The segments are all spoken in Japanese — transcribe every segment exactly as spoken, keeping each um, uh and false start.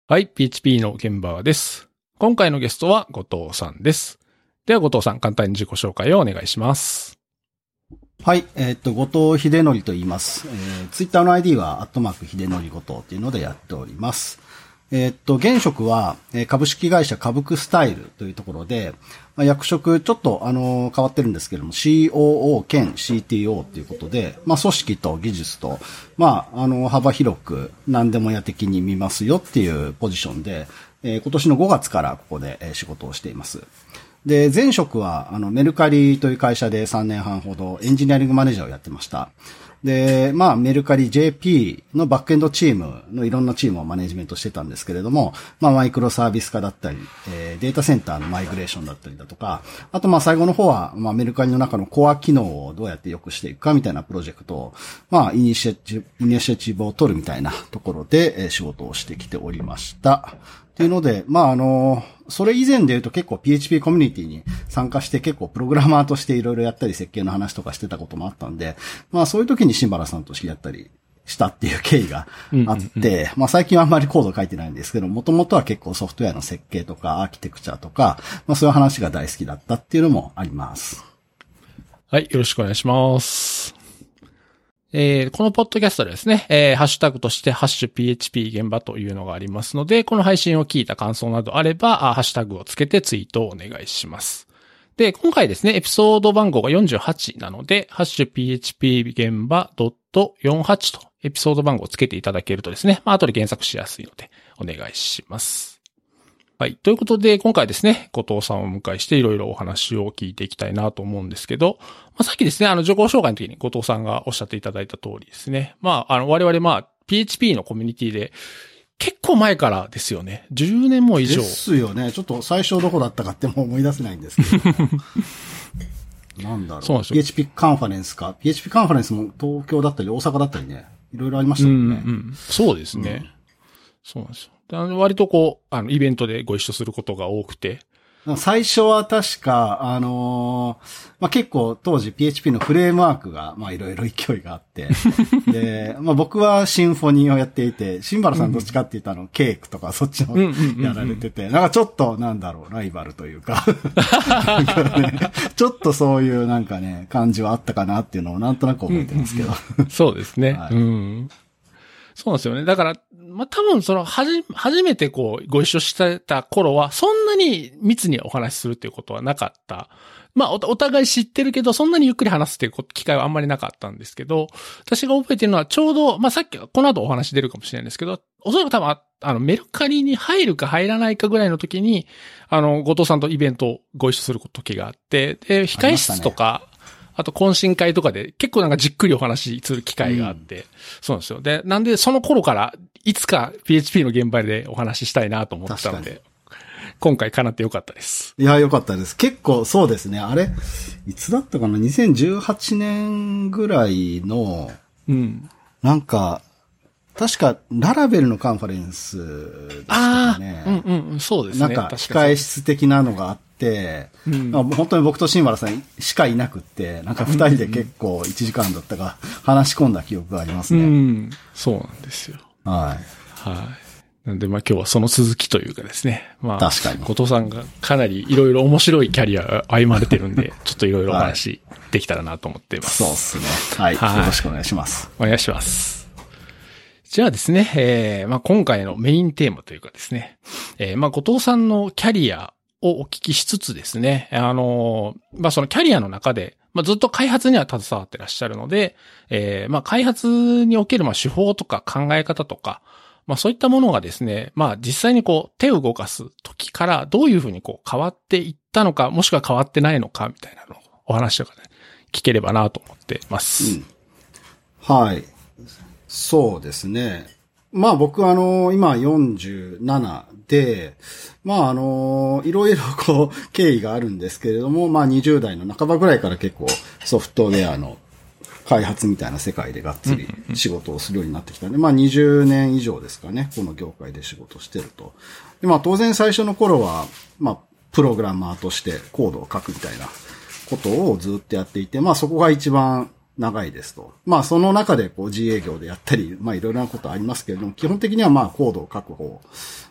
はい、ピーエイチピー の現場です。今回のゲストは後藤さんです。では後藤さん、簡単に自己紹介をお願いします。 はい、えー、っと、後藤秀則と言います。えー、ツイッターの アイディー は、アットマーク秀則後藤っていうのでやっております。えー、っと、現職は、えー、株式会社株クスタイルというところで、まあ、役職ちょっと、あのー、変わってるんですけども、シーオーオー 兼 シーティーオー っていうことで、まあ、組織と技術と、まあ、あのー、幅広く何でも屋的に見ますよっていうポジションで、えー、今年のごがつからここで、えー、仕事をしています。で、前職は、あの、メルカリという会社でさんねんはんほどエンジニアリングマネージャーをやってました。で、まあ、メルカリ ジェーピー のバックエンドチームのいろんなチームをマネージメントしてたんですけれども、まあ、マイクロサービス化だったり、えー、データセンターのマイグレーションだったりだとか、あとまあ、最後の方は、まあ、メルカリの中のコア機能をどうやって良くしていくかみたいなプロジェクトを、まあ、イニシアチブ、イニシアチブを取るみたいなところで、えー、仕事をしてきておりました。というので、まあ、あの、それ以前で言うと結構 ピーエイチピー コミュニティに参加して結構プログラマーとしていろいろやったり設計の話とかしてたこともあったんで、まあそういう時に新原さんと知り合ったりしたっていう経緯があって、うんうんうん、まあ最近はあんまりコード書いてないんですけど、もともとは結構ソフトウェアの設計とかアーキテクチャとか、まあそういう話が大好きだったっていうのもあります。 はい、よろしくお願いします。えー、このポッドキャストでですね、えー、ハッシュタグとしてハッシュ ピーエイチピー 現場というのがありますので、この配信を聞いた感想などあれば、ハッシュタグをつけてツイートをお願いします。で、今回ですね、エピソード番号がよんじゅうはちなので、ハッシュ ピーエイチピー 現場 よんじゅうはち とエピソード番号をつけていただけるとですね、まあ後で検索しやすいのでお願いします。はい。ということで、今回ですね、後藤さんをお迎えしていろいろお話を聞いていきたいなと思うんですけど、まあ、さっきですね、あの、自己紹介の時に後藤さんがおっしゃっていただいた通りですね。まあ、あの、我々まあ、ピーエイチピー のコミュニティで、結構前からですよね。じゅうねんも以上。 ですよね。ちょっと最初どこだったかってもう思い出せないんですけど。なんだろう。そうなんですよ。ピーエイチピー カンファレンスか。ピーエイチピー カンファレンスも東京だったり大阪だったりね。いろいろありましたもんね。 うんうん、そうですね。うん、そうなんですよ。割とこう、あの、イベントでご一緒することが多くて。 最初は確か、あのー、まあ、結構当時 ピーエイチピー のフレームワークが、ま、いろいろ勢いがあって。で、まあ、僕はシンフォニーをやっていて、新原さんどっちかって言ったの、ケークとかそっちのやられてて、なんかちょっと、なんだろう、ライバルというか。なんかね、ちょっとそういうなんかね、感じはあったかなっていうのをなんとなく覚えてますけど。 うんうん、そうですね。 はい、 うんそうなんですよね。だから、まあ、多分その、はじ、初めてこう、ご一緒してた頃は、そんなに密にお話しするっていうことはなかった。まあ、お、お互い知ってるけど、そんなにゆっくり話すっていう機会はあんまりなかったんですけど、私が覚えてるのはちょうど、まあ、さっき、この後お話出るかもしれないんですけど、おそらく多分、あの、メルカリに入るか入らないかぐらいの時に、あの、後藤さんとイベントをご一緒する時があって、で、控室とか、あと懇親会とかで結構なんかじっくりお話しする機会があって、うん、そうなんですよ。で、なんでその頃からいつか ピーエイチピー の現場でお話ししたいなと思ったので、今回叶ってよかったです。 いや、よかったです。結構そうですね。あれ、いつだったかな ?にせんじゅうはちねんぐらいの、 うん。 なんか、確か、ララベルのカンファレンスでしたかね。 ああ、うんうん、そうですね。 なんか、控え室的なのがあって、うん、本当に僕と新原さんしかいなくって、なんか二人で結構いちじかんだったか話し込んだ記憶がありますね。 うん、そうなんですよ。 はい。 はい。なんで、まあ今日はその続きというかですね。まあ、 確かに。 後藤さんがかなりいろいろ面白いキャリア歩まれてるんで、ちょっといろいろお話できたらなと思っています。 はい、そうですね。はい。はい。よろしくお願いします。 お願いします。じゃあですね、えー、まあ今回のメインテーマというかですね、えー、まあ後藤さんのキャリアをお聞きしつつですね、あの、まあそのキャリアの中で、まあずっと開発には携わってらっしゃるので、えー、まあ開発におけるまあ手法とか考え方とか、まあそういったものがですね、まあ実際にこう手を動かす時からどういうふうにこう変わっていったのか、もしくは変わってないのかみたいなのをお話とかね、聞ければなと思ってます。 うん、はい。そうですね。まあ僕あの、今よんじゅうななで、まああの、いろいろこう経緯があるんですけれども、まあにじゅう代の半ばぐらいから結構ソフトウェアの開発みたいな世界でがっつり仕事をするようになってきたんで、まあにじゅうねん以上ですかね、この業界で仕事してると。でまあ当然最初の頃は、まあプログラマーとしてコードを書くみたいなことをずっとやっていて、まあそこが一番長いですと。まあその中でこう自営業でやったり、まあいろいろなことありますけれども、基本的にはまあコードを書く方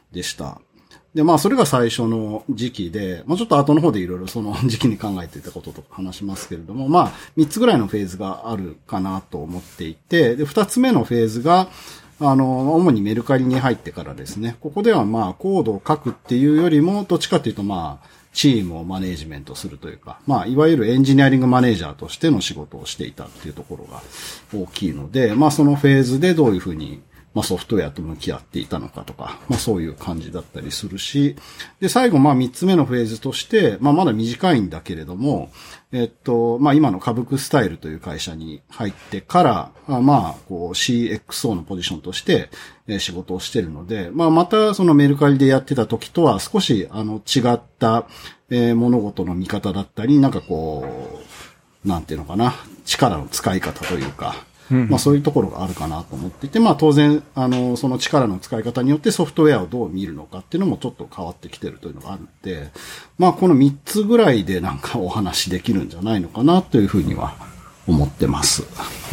でした。で、まあ、それが最初の時期で、まあ、ちょっと後の方でいろいろその時期に考えていたこととか話しますけれども、まあ、みっつぐらいのフェーズがあるかなと思っていて、で、ふたつめのフェーズが、あの、主にメルカリに入ってからですね、ここではまあ、コードを書くっていうよりも、どっちかというとまあ、チームをマネージメントするというか、まあ、いわゆるエンジニアリングマネージャーとしての仕事をしていたっていうところが大きいので、まあ、そのフェーズでどういうふうに、まあ、ソフトウェアと向き合っていたのかとか、まあ、そういう感じだったりするし、で、最後、まあ、三つ目のフェーズとして、まあ、まだ短いんだけれども、えっと、まあ、今のカブクスタイルという会社に入ってから、まあ、こう シーエックスオー のポジションとして仕事をしているので、まあ、またそのメルカリでやってた時とは少し、あの、違った、えー、物事の見方だったり、なんかこう、なんていうのかな、力の使い方というか、まあそういうところがあるかなと思っていて、まあ当然、あの、その力の使い方によってソフトウェアをどう見るのかっていうのもちょっと変わってきてるというのがあるので、まあこのみっつぐらいでなんかお話できるんじゃないのかなというふうには思ってます。 うん、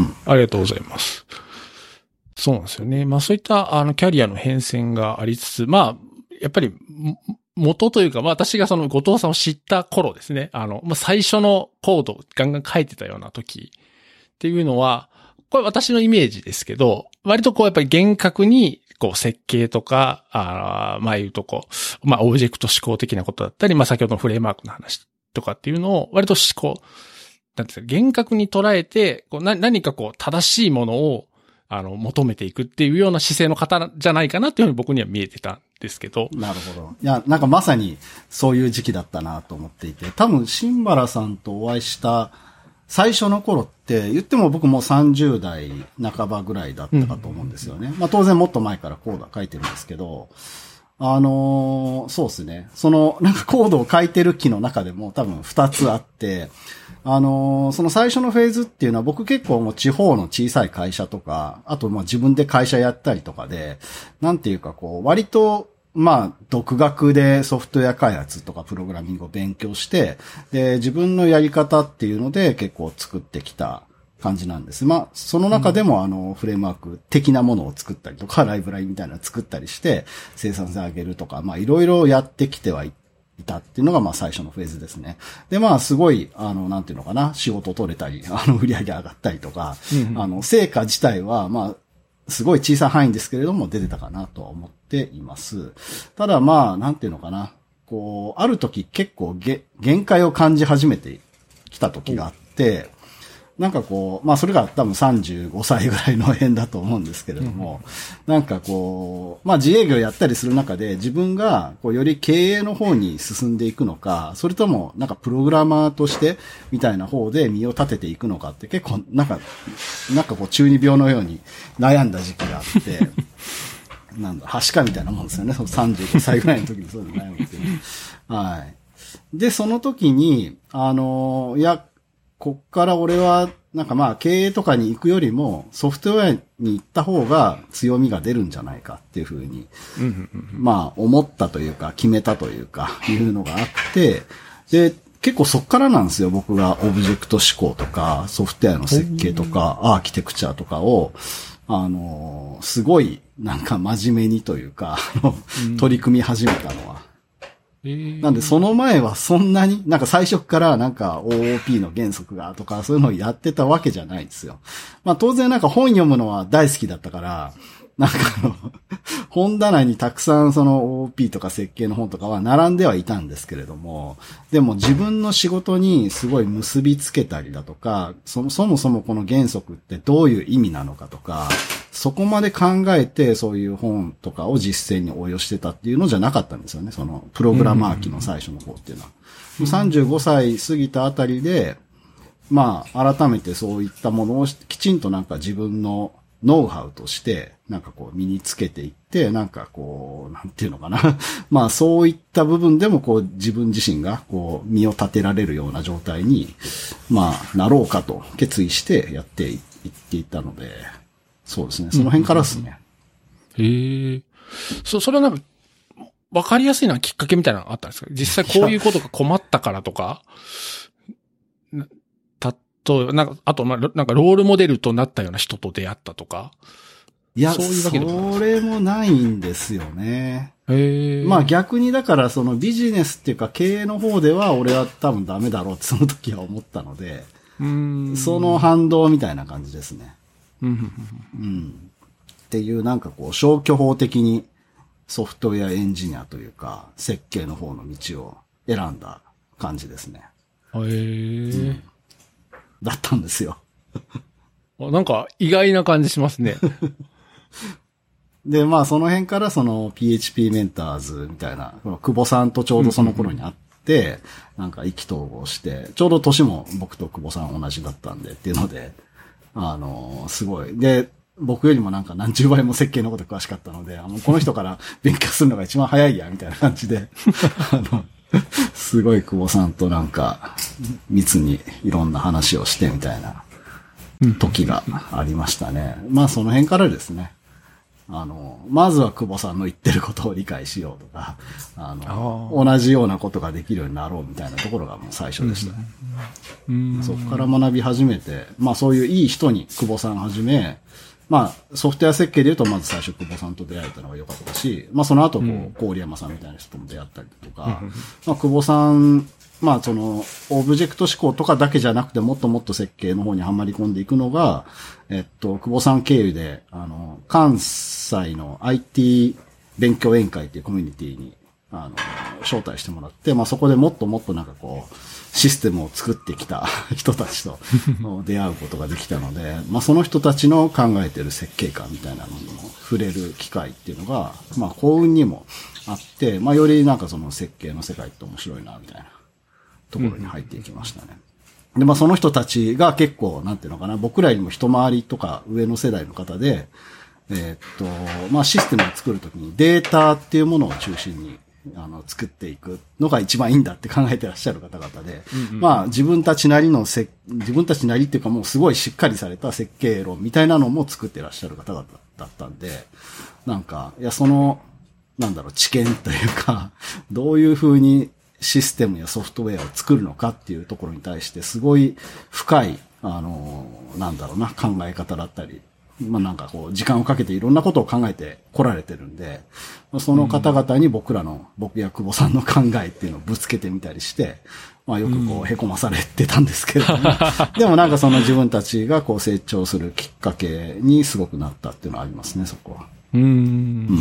ありがとうございます。そうなんですよね。まあそういったあのキャリアの変遷がありつつ、まあやっぱり元というか、まあ私がその後藤さんを知った頃ですね、あの、まあ最初のコードをガンガン書いてたような時、っていうのは、これ私のイメージですけど、割とこうやっぱり厳格に、こう設計とか、あまあ言うとこう、まあオブジェクト思考的なことだったり、まあ先ほどのフレームワークの話とかっていうのを、割とこう、なんですか、厳格に捉えて、こうな何かこう正しいものを、あの、求めていくっていうような姿勢の方じゃないかなっていうふうに僕には見えてたんですけど。 なるほど。いや、なんかまさにそういう時期だったなと思っていて、多分、新原さんとお会いした、最初の頃って言っても僕もさんじゅう代半ばぐらいだったかと思うんですよね。うん、まあ当然もっと前からコードは書いてるんですけど、あのー、そうですね。そのなんかコードを書いてる期の中でも多分ふたつあって、あのー、その最初のフェーズっていうのは僕結構もう地方の小さい会社とか、あとまあ自分で会社やったりとかで、なんていうかこう割とまあ、独学でソフトウェア開発とかプログラミングを勉強して、で、自分のやり方っていうので結構作ってきた感じなんです。まあ、その中でもあの、フレームワーク的なものを作ったりとか、ライブラリみたいなのを作ったりして、生産性上げるとか、まあ、いろいろやってきてはいたっていうのがまあ最初のフェーズですね。で、まあ、すごい、あの、なんていうのかな、仕事取れたり、あの、売り上げ上がったりとか、うん、あの、成果自体は、まあ、すごい小さい範囲ですけれども出てたかなとは思っています。ただまあ、なんていうのかな。こう、ある時結構げ限界を感じ始めてきた時があって、なんかこう、まあそれが多分さんじゅうごさいぐらいの辺だと思うんですけれども、うん、なんかこう、まあ自営業やったりする中で自分がこうより経営の方に進んでいくのか、それともなんかプログラマーとしてみたいな方で身を立てていくのかって結構なんか、なんかこう中二病のように悩んだ時期があって、なんだ、はしかみたいなもんですよね。そのさんじゅうごさいぐらいの時にそういうの悩むっていう。はい。で、その時に、あの、いや、こっから俺は、なんかまあ経営とかに行くよりもソフトウェアに行った方が強みが出るんじゃないかっていうふうに、まあ思ったというか決めたというかいうのがあって、で、結構そっからなんですよ。僕がオブジェクト思考とかソフトウェアの設計とかアーキテクチャとかを、あの、すごいなんか真面目にというか、取り組み始めたのは。なんでその前はそんなに、なんか最初からなんか オーオーピー の原則がとかそういうのをやってたわけじゃないんですよ。まあ当然なんか本読むのは大好きだったから、なんかあの、本棚にたくさんその オーオーピー とか設計の本とかは並んではいたんですけれども、でも自分の仕事にすごい結びつけたりだとか、そもそもそもこの原則ってどういう意味なのかとか、そこまで考えてそういう本とかを実践に応用してたっていうのじゃなかったんですよね。そのプログラマー期の最初の方っていうのは。うん、さんじゅうごさい過ぎたあたりで、まあ改めてそういったものをきちんとなんか自分のノウハウとして、なんかこう身につけていって、なんかこう、なんていうのかな。まあそういった部分でもこう自分自身がこう身を立てられるような状態に、まあなろうかと決意してやっていっていったので、そうですね。その辺からですね。 うん、へえ。そ、それはなんか、わかりやすいのはきっかけみたいなのがあったんですか？実際こういうことが困ったからとか、たと、なんか、あと、まあ、なんかロールモデルとなったような人と出会ったとか。 いや、 そういうわけでもない。 それもないんですよね。 へー。 まあ逆にだからそのビジネスっていうか経営の方では俺は多分ダメだろうってその時は思ったので、 うーんその反動みたいな感じですね。 うんうんうん。っていうなんかこう消去法的にソフトウェアエンジニアというか設計の方の道を選んだ感じですね。 うん。へー。 うんだったんですよ。 あ、なんか意外な感じしますね。 で、まあその辺からその ピーエイチピー メンターズみたいな、この久保さんとちょうどその頃に会って、なんか意気投合して、ちょうど年も僕と久保さん同じだったんでっていうので、あの、すごい。で、僕よりもなんか何十倍も設計のこと詳しかったので、あのこの人から勉強するのが一番早いや、みたいな感じで、あの、すごい久保さんとなんか密にいろんな話をしてみたいな時がありましたね。まあその辺からですね。あの、まずは久保さんの言ってることを理解しようとか、あの、あ同じようなことができるようになろうみたいなところがもう最初でしたね。 うんそこから学び始めて、まあそういういい人に久保さんはじめ、まあソフトウェア設計で言うとまず最初久保さんと出会えたのが良かったし、まあその後こう、郡山さんみたいな人とも出会ったりとか、まあ久保さん、まあその、オブジェクト思考とかだけじゃなくてもっともっと設計の方にはまり込んでいくのが、えっと、久保さん経由で、あの、関西の アイティー 勉強委員会っていうコミュニティに、あの、招待してもらって、まあそこでもっともっとなんかこう、システムを作ってきた人たちと出会うことができたので、まあその人たちの考えてる設計観みたいなのにも触れる機会っていうのが、まあ幸運にもあって、まあよりなんかその設計の世界って面白いな、みたいなところに入っていきましたね。で、まあその人たちが結構、なんていうのかな、僕らよりも一回りとか上の世代の方で、えーっと、まあシステムを作るときにデータっていうものを中心に、あの、作っていくのが一番いいんだって考えてらっしゃる方々で、うんうん、まあ自分たちなりのせ、自分たちなりっていうかもうすごいしっかりされた設計論みたいなのも作ってらっしゃる方々だったんで、なんか、いや、その、なんだろう、知見というか、どういうふうにシステムやソフトウェアを作るのかっていうところに対してすごい深い、あの、なんだろうな、考え方だったり、まあなんかこう、時間をかけていろんなことを考えて来られてるんで、その方々に僕らの、僕や久保さんの考えっていうのをぶつけてみたりして、まあよくこう、凹まされてたんですけれども、でもなんかその自分たちがこう成長するきっかけにすごくなったっていうのはありますね、そこは。 うーん。うん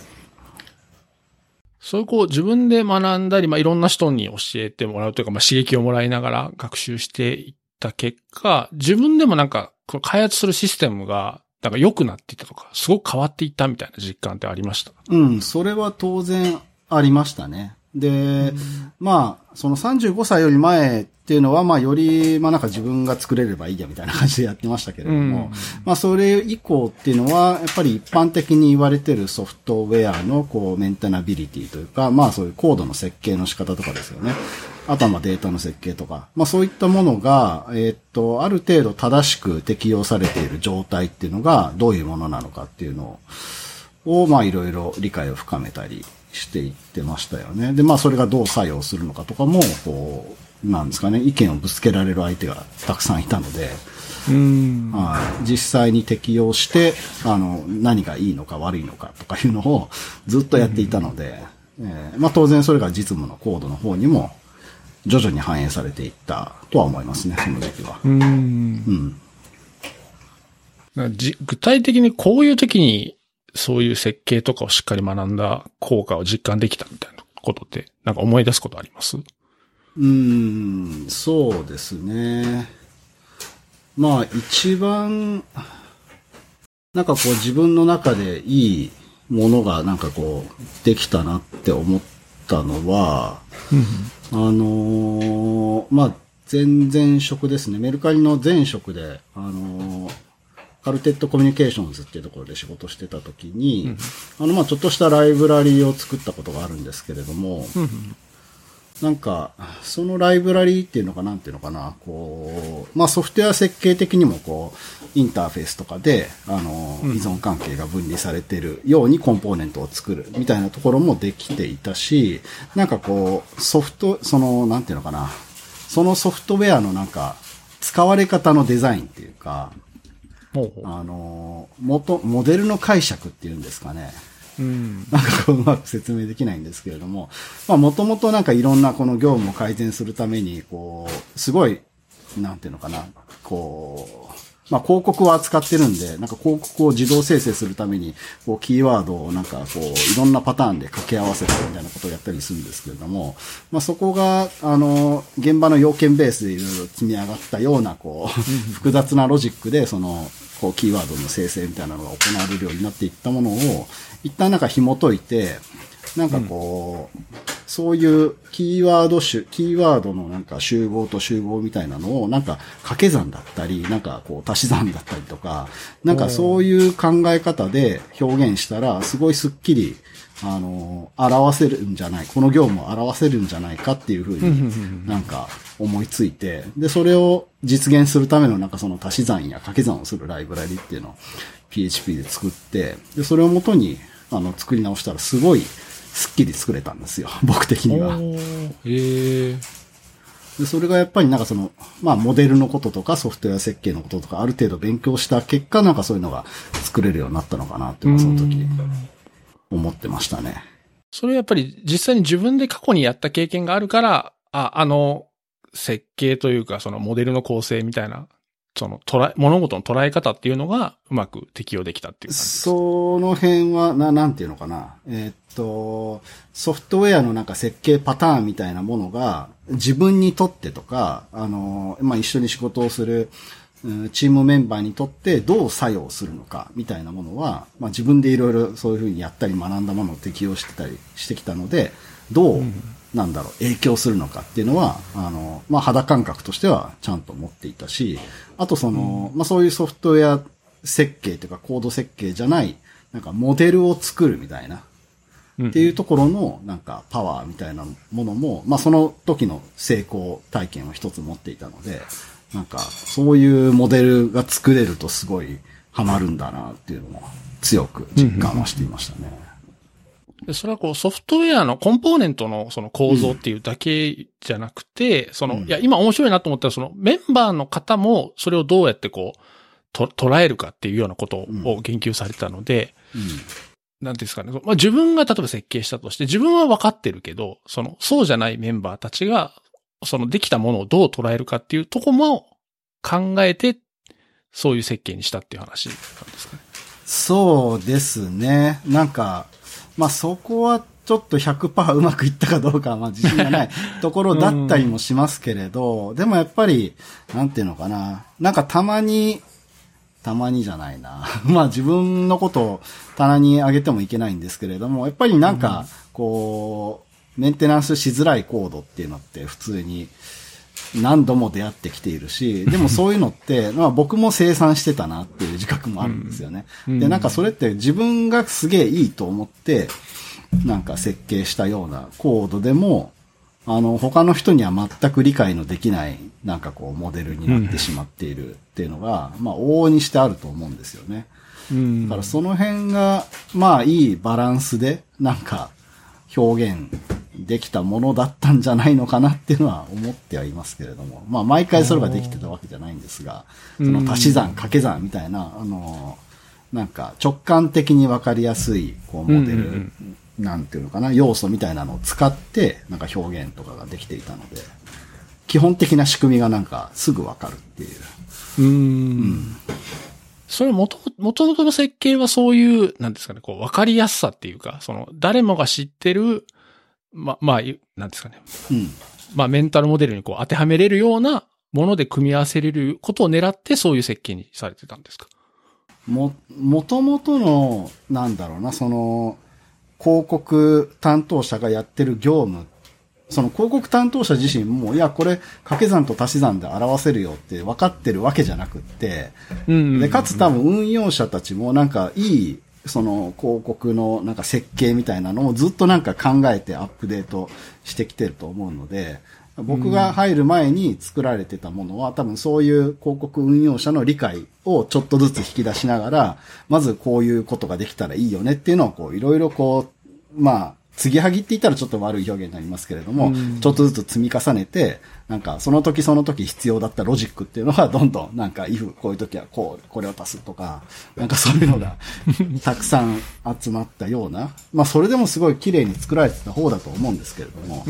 そういうこう自分で学んだり、まあ、いろんな人に教えてもらうというか、まあ、刺激をもらいながら学習していった結果、自分でもなんか、この開発するシステムが、なんか良くなっていったとか、すごく変わっていったみたいな実感ってありました？ うん、それは当然ありましたね。で、まあ、そのさんじゅうごさいより前っていうのは、まあ、より、まあなんか自分が作れればいいやみたいな感じでやってましたけれども、まあ、それ以降っていうのは、やっぱり一般的に言われてるソフトウェアの、こう、メンテナビリティというか、まあ、そういうコードの設計の仕方とかですよね。あとはまあデータの設計とか、まあそういったものが、えーっと、ある程度正しく適用されている状態っていうのがどういうものなのかっていうのを、まあいろいろ理解を深めたりしていってましたよね。で、まあそれがどう作用するのかとかも、こう、なんですかね、意見をぶつけられる相手がたくさんいたので、 うーんはい、実際に適用して、あの、何がいいのか悪いのかとかいうのをずっとやっていたので、えー、まあ当然それが実務のコードの方にも徐々に反映されていったとは思いますね、その時期は。 うーんうん、じ具体的にこういう時にそういう設計とかをしっかり学んだ効果を実感できたみたいなことってなんか思い出すことあります？ うーん、そうですね。まあ一番なんかこう自分の中でいいものがなんかこうできたなって思ったのは、あのー、まあ前々職ですね。メルカリの前職で、あのー、カルテットコミュニケーションズっていうところで仕事してた時に、うん、あのまあちょっとしたライブラリーを作ったことがあるんですけれども、うん、なんかそのライブラリーっていうのかなんていうのかな、こうまあソフトウェア設計的にもこうインターフェースとかであの、うん、依存関係が分離されているようにコンポーネントを作るみたいなところもできていたし、なんかこうソフトそのなんていうのかな、そのソフトウェアのなんか使われ方のデザインっていうか。 ほうほうあの、元、モデルの解釈っていうんですかね。 うん、 なんかこううまく説明できないんですけれども、まあもともとなんかいろんなこの業務を改善するために、こう、すごい、なんていうのかな、こう、まあ広告を扱ってるんで、なんか広告を自動生成するために、こうキーワードをなんかこう、いろんなパターンで掛け合わせてみたいなことをやったりするんですけれども、まあそこが、あの、現場の要件ベースでいろいろ積み上がったような、こう、複雑なロジックで、その、こうキーワードの生成みたいなのが行われるようになっていったものを一旦なんか紐解いて、なんかこう、うん、そういうキーワード集、キーワードのなんか集合と集合みたいなのをなんか掛け算だったり、なんかこう足し算だったりとか、なんかそういう考え方で表現したらすごいスッキリあの、表せるんじゃない、この業務を表せるんじゃないかっていうふうになんか思いついて、で、それを実現するためのなんかその足し算や掛け算をするライブラリっていうのを ピーエイチピー で作って、で、それをもとにあの作り直したらすごいスッキリ作れたんですよ、僕的には。 へー。 で、それがやっぱりなんかその、まあモデルのこととかソフトウェア設計のこととかある程度勉強した結果なんかそういうのが作れるようになったのかなっていうのはその時思ってましたね。 それやっぱり実際に自分で過去にやった経験があるから、あ、あの設計というかそのモデルの構成みたいな、その捉え、物事の捉え方っていうのがうまく適用できたっていう感じですか？ その辺は、な、なんていうのかな。えーっと、ソフトウェアのなんか設計パターンみたいなものが自分にとってとか、あの、まあ、一緒に仕事をするチームメンバーにとってどう作用するのかみたいなものは、まあ、自分でいろいろそういうふうにやったり学んだものを適用してたりしてきたので、どう、うん、なんだろう、影響するのかっていうのは、あの、まあ、肌感覚としてはちゃんと持っていたし、あとその、うん、まあ、そういうソフトウェア設計というかコード設計じゃない、なんかモデルを作るみたいな、っていうところのなんかパワーみたいなものも、まあ、その時の成功体験を一つ持っていたので、なんか、そういうモデルが作れるとすごいハマるんだなっていうのも強く実感はしていましたね。 うん、でそれはこうソフトウェアのコンポーネントのその構造っていうだけじゃなくて、うん、その、いや、今面白いなと思ったらそのメンバーの方もそれをどうやってこう、と、捉えるかっていうようなことを言及されてたので、うんうん、なんですかね。まあ、自分が例えば設計したとして、自分は分かってるけど、その、そうじゃないメンバーたちが、そのできたものをどう捉えるかっていうとこも考えて、そういう設計にしたっていう話なんですかね。 そうですね。なんか、まあそこはちょっと ひゃくパーセント うまくいったかどうかはまあ自信がないところだったりもしますけれど、うん、でもやっぱり、なんていうのかな。なんかたまに、たまにじゃないな。まあ自分のことを棚に上げてもいけないんですけれども、やっぱりなんか、こう、メンテナンスしづらいコードっていうのって普通に何度も出会ってきているし、でもそういうのって、まあ僕も生産してたなっていう自覚もあるんですよね。で、なんかそれって自分がすげえいいと思って、なんか設計したようなコードでも、あの、他の人には全く理解のできない、なんかこう、モデルになってしまっているっていうのが、まあ、往々にしてあると思うんですよね。だからその辺が、まあ、いいバランスで、なんか、表現できたものだったんじゃないのかなっていうのは思ってはいますけれども、まあ、毎回それができてたわけじゃないんですが、その足し算、掛け算みたいな、あの、なんか、直感的にわかりやすい、こう、モデル、なんていうのかな、要素みたいなのを使って、なんか表現とかができていたので、基本的な仕組みがなんかすぐわかるっていう。 うーん。うん、それもと、もともとの設計はそういう、なんですかね、こう、わかりやすさっていうか、その、誰もが知ってる、ま、まあ、なんですかね。うん。まあ、メンタルモデルにこう、当てはめれるようなもので組み合わせれることを狙って、そういう設計にされてたんですか？ も、もともとの、なんだろうな、その、広告担当者がやってる業務、その広告担当者自身も、いや、これ掛け算と足し算で表せるよって分かってるわけじゃなくって、うんうんうん、で、かつ多分運用者たちもなんかいい、その広告のなんか設計みたいなのをずっとなんか考えてアップデートしてきてると思うので、僕が入る前に作られてたものは多分そういう広告運用者の理解をちょっとずつ引き出しながら、まずこういうことができたらいいよねっていうのをこういろいろこう、まあ継ぎはぎって言ったらちょっと悪い表現になりますけれども、うん、ちょっとずつ積み重ねて、なんかその時その時必要だったロジックっていうのがどんどんなんか if こういう時はこう、これを足すとか、なんかそういうのがたくさん集まったような、まあそれでもすごい綺麗に作られてた方だと思うんですけれども、うん、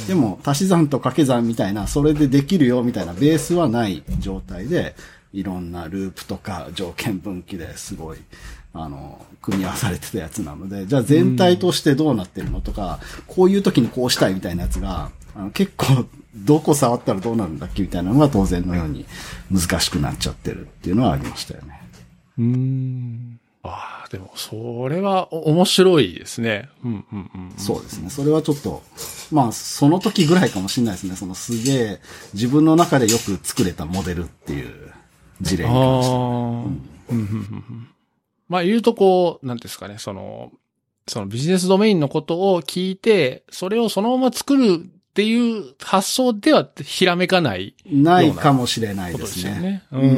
でも足し算と掛け算みたいな、それでできるよみたいなベースはない状態で、いろんなループとか条件分岐ですごい、あの、組み合わされてたやつなので、じゃあ全体としてどうなってるのとか、うん、こういう時にこうしたいみたいなやつが、あの結構どこ触ったらどうなるんだっけみたいなのが当然のように難しくなっちゃってるっていうのはありましたよね。 うーん。ああ、でもそれは面白いですね。うんうんうん、うん。 そうですね。それはちょっと、まあその時ぐらいかもしれないですね。そのすげえ自分の中でよく作れたモデルっていう事例に関しては。ああ。うんうんうんうんまあ言うとこう、なんですかね、その、そのビジネスドメインのことを聞いて、それをそのまま作るっていう発想ではひらめかない。 ないかもしれないですね。 ねうん、 うん。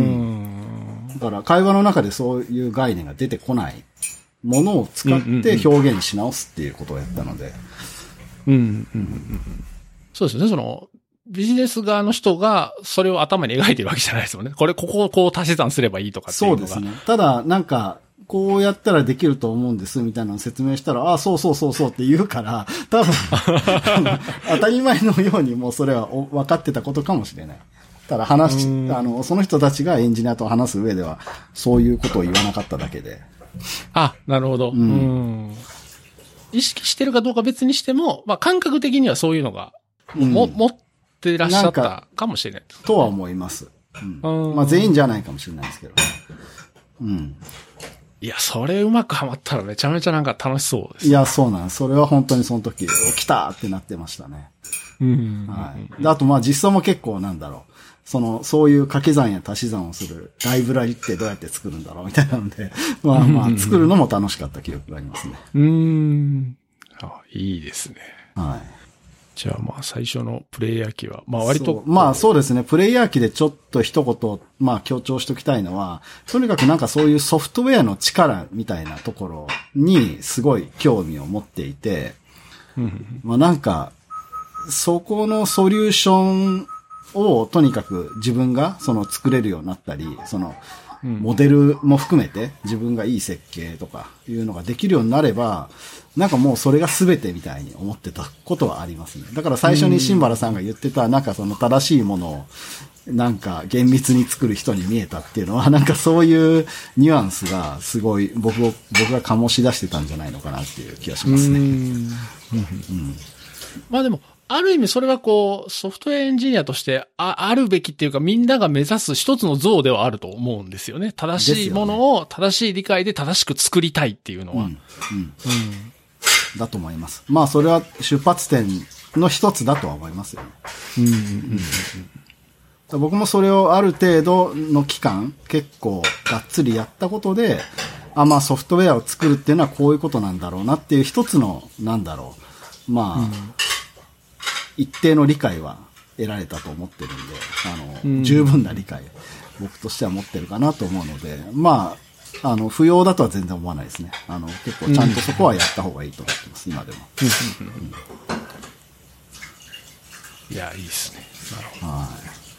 だから会話の中でそういう概念が出てこないものを使って表現し直すっていうことをやったので。 うんうんうんうん、そうですね、その、ビジネス側の人がそれを頭に描いてるわけじゃないですもんね。これ、ここをこう足し算すればいいとかっていうのが。 そうですね。ただ、なんか、こうやったらできると思うんですみたいなのを説明したら、ああ、そうそうそうそうって言うから、多分、当たり前のようにもうそれは分かってたことかもしれない。ただ話し、あの、その人たちがエンジニアと話す上では、そういうことを言わなかっただけで。 あ、なるほど。うんうん意識してるかどうか別にしても、まあ感覚的にはそういうのが、も、うん、持ってらっしゃったかもしれない。 とは思います。うん、まあ全員じゃないかもしれないですけど。うん。 いや、それうまくハマったらめちゃめちゃなんか楽しそうです。 いや、そうなんです。それは本当にその時、来たってなってましたね。 うん。 はい。で、あとまあ実装も結構なんだろう。その、そういう掛け算や足し算をするライブラリってどうやって作るんだろうみたいなので、まあまあ作るのも楽しかった記憶がありますね。 うーん。あ、いいですね。 はい。 じゃあまあ最初のプレイヤー機は、まあ割と。 まあそうですね。プレイヤー機でちょっと一言、まあ強調しときたいのは、とにかくなんかそういうソフトウェアの力みたいなところにすごい興味を持っていて、まあなんか、そこのソリューションをとにかく自分がその作れるようになったり、そのモデルも含めて自分がいい設計とかいうのができるようになれば、なんかもうそれが全てみたいに思ってたことはありますね。だから最初に新原さんが言ってたなんかその正しいものをなんか厳密に作る人に見えたっていうのはなんかそういうニュアンスがすごい僕を、僕が醸し出してたんじゃないのかなっていう気がしますね。うんうんまあでも、ある意味それはこう、ソフトウェアエンジニアとしてあ、あるべきっていうかみんなが目指す一つの像ではあると思うんですよね。正しいものを正しい理解で正しく作りたいっていうのは。うん。うんうんだと思います。まあそれは出発点の一つだとは思いますよね。うんうんうんうん、僕もそれをある程度の期間結構がっつりやったことで、あ、まあソフトウェアを作るっていうのはこういうことなんだろうなっていう一つのなんだろう。まあ、うん、一定の理解は得られたと思ってるんで、あの、うん、十分な理解僕としては持ってるかなと思うので、まあ。あの、不要だとは全然思わないですね。あの、結構ちゃんとそこはやった方がいいと思ってます、今でも。 いや、いいですね。なるほど。はい。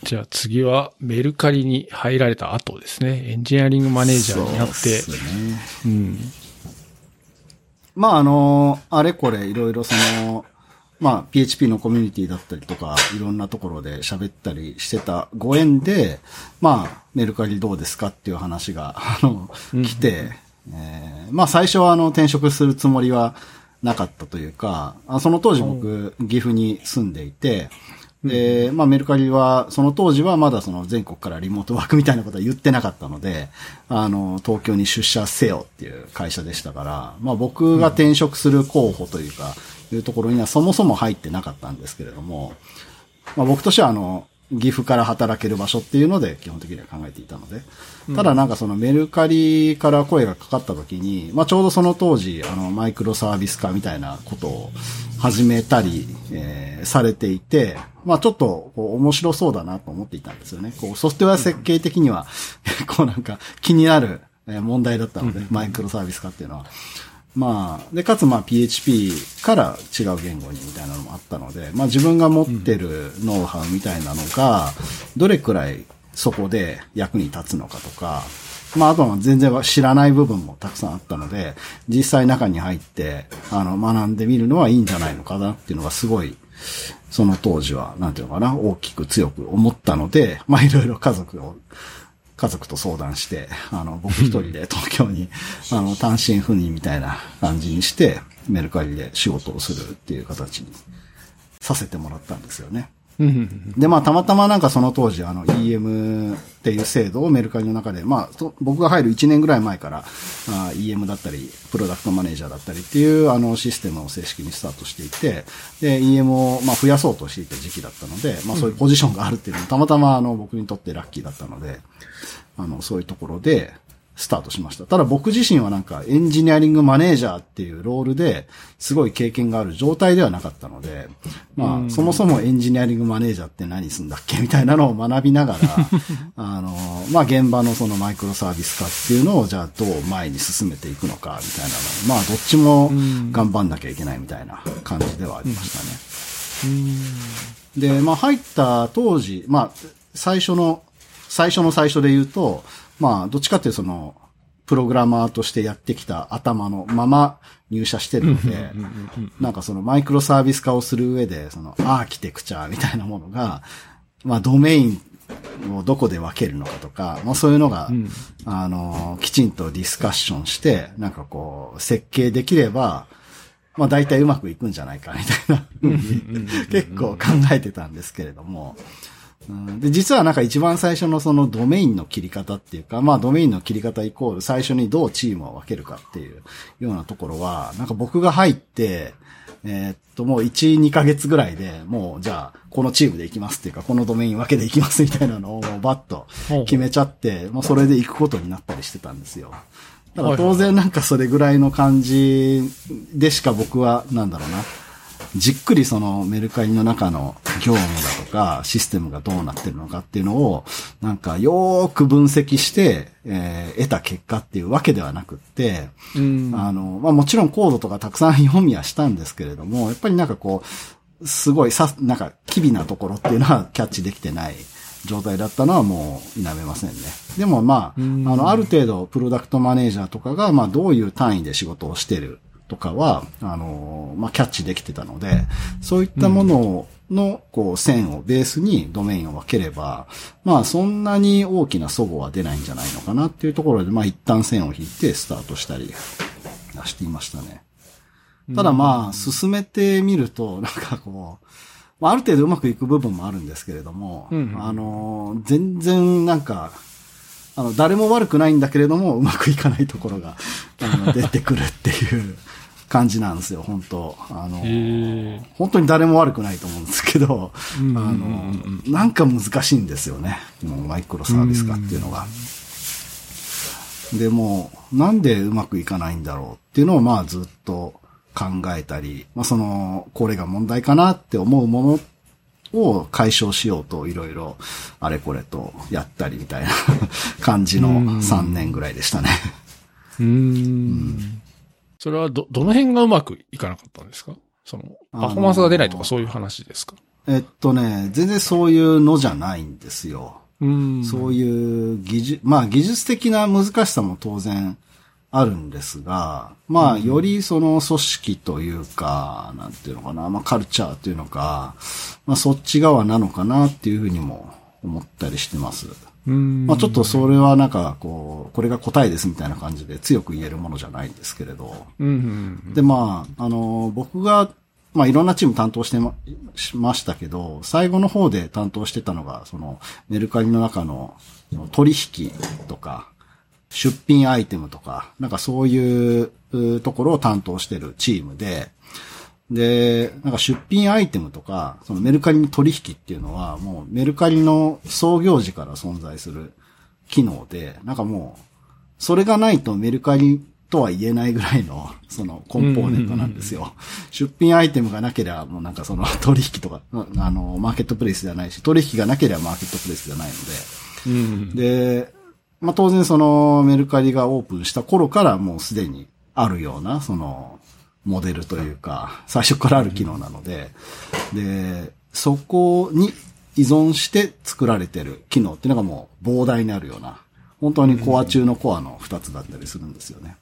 じゃあ次はメルカリに入られた後ですね。エンジニアリングマネージャーになって。そうですね。うん。 まあ、あの、あれこれいろいろその、まあ、ピーエイチピー のコミュニティだったりとか、いろんなところで喋ったりしてたご縁で、まあ、メルカリどうですかっていう話が、あの、来て、えー、まあ最初はあの、転職するつもりはなかったというか、その当時僕、岐阜に住んでいて、で、まあメルカリは、その当時はまだその全国からリモートワークみたいなことは言ってなかったので、あの、東京に出社せよっていう会社でしたから、まあ僕が転職する候補というか、いうところにはそもそも入ってなかったんですけれども、まあ僕としてはあの、岐阜から働ける場所っていうので基本的には考えていたので、ただなんかそのメルカリから声がかかった時に、まあちょうどその当時あのマイクロサービス化みたいなことを始めたり、えー、されていて、まあちょっとこう面白そうだなと思っていたんですよね。こうソフトウェア設計的にはこうなんか気になる問題だったので、マイクロサービス化っていうのは。 まあ、で、かつまあ ピーエイチピー から違う言語にみたいなのもあったので、まあ自分が持ってるノウハウみたいなのが、どれくらいそこで役に立つのかとか、まああとは全然知らない部分もたくさんあったので、実際中に入って、あの、学んでみるのはいいんじゃないのかなっていうのがすごい、その当時は、なんていうのかな、大きく強く思ったので、まあいろいろ家族を、家族と相談して、あの、僕一人で東京に、あの、単身赴任みたいな感じにして、メルカリで仕事をするっていう形にさせてもらったんですよね。で、まあ、たまたまなんかその当時、あの、イーエム っていう制度をメルカリの中で、まあ、僕が入るいちねんぐらい前から、あ イーエム だったり、プロダクトマネージャーだったりっていう、あの、システムを正式にスタートしていて、で、イーエム を、まあ、増やそうとしていた時期だったので、まあ、そういうポジションがあるっていうのも、たまたま、あの、僕にとってラッキーだったので、あの、そういうところで、スタートしました。ただ僕自身はなんかエンジニアリングマネージャーっていうロールですごい経験がある状態ではなかったので、まあそもそもエンジニアリングマネージャーって何すんだっけみたいなのを学びながら、あの、まあ現場のそのマイクロサービス化っていうのをじゃあどう前に進めていくのかみたいなの、まあどっちも頑張んなきゃいけないみたいな感じではありましたね。で、まあ入った当時、まあ最初の、最初の最初で言うと、まあ、どっちかっていうとその、プログラマーとしてやってきた頭のまま入社してるので、なんかそのマイクロサービス化をする上で、そのアーキテクチャみたいなものが、まあドメインをどこで分けるのかとか、まあそういうのが、うん、あの、きちんとディスカッションして、なんかこう、設計できれば、まあ大体うまくいくんじゃないかみたいな風に結構考えてたんですけれども、で、実はなんか一番最初のそのドメインの切り方っていうか、まあドメインの切り方イコール最初にどうチームを分けるかっていうようなところは、なんか僕が入って、えー、っともういち、にかげつぐらいでもうじゃあこのチームで行きますっていうか、このドメイン分けで行きますみたいなのをバッと決めちゃって、もうそれで行くことになったりしてたんですよ。だから当然なんかそれぐらいの感じでしか僕はなんだろうな。じっくりそのメルカリの中の業務だとかシステムがどうなってるのかっていうのをなんかよーく分析して、えー、得た結果っていうわけではなくって、うん、あの、まあもちろんコードとかたくさん読みはしたんですけれども、やっぱりなんかこう、すごいさ、なんか機微なところっていうのはキャッチできてない状態だったのはもう否めませんね。でもまあ、うん、あの、ある程度プロダクトマネージャーとかがまあどういう単位で仕事をしてるとかは、あの、まあ、キャッチできてたので、そういったものの、こう、線をベースにドメインを分ければ、まあ、そんなに大きな齟齬は出ないんじゃないのかなっていうところで、まあ、一旦線を引いてスタートしたりしていましたね。ただまあ、進めてみると、なんかこう、まあ、ある程度うまくいく部分もあるんですけれども、うんうん、あの、全然なんか、あの、誰も悪くないんだけれども、うまくいかないところが、あの、出てくるっていう感じなんですよ、本当あの、本当に誰も悪くないと思うんですけど、あの、なんか難しいんですよね、マイクロサービス化っていうのが。でも、なんでうまくいかないんだろうっていうのを、まあ、ずっと考えたり、まあ、その、これが問題かなって思うものを解消しようといろいろあれこれとやったりみたいな感じのさんねんぐらいでしたね。 うーん。うんそれはど、どの辺がうまくいかなかったんですか？その、パフォーマンスが出ないとかそういう話ですか？ えっとね、全然そういうのじゃないんですよ。うんそういう技術、まあ技術的な難しさも当然あるんですが、まあよりその組織というか、なんていうのかな、まあカルチャーというのか、まあそっち側なのかなっていうふうにも思ったりしてます。うんまあちょっとそれはなんかこう、これが答えですみたいな感じで強く言えるものじゃないんですけれど。うんでまあ、あの、僕がまあいろんなチーム担当してま、しましたけど、最後の方で担当してたのが、そのメルカリの中の取引とか、出品アイテムとか、なんかそういうところを担当してるチームで、で、なんか出品アイテムとか、そのメルカリの取引っていうのはもうメルカリの創業時から存在する機能で、なんかもう、それがないとメルカリとは言えないぐらいの、そのコンポーネントなんですよ。出品アイテムがなければもうなんかその取引とか、あの、マーケットプレイスじゃないし、取引がなければマーケットプレイスじゃないので、で、まあ、当然そのメルカリがオープンした頃からもうすでにあるような、その、モデルというか、最初からある機能なので、で、そこに依存して作られてる機能っていうのがもう膨大にあるような、本当にコア中のコアの二つだったりするんですよね。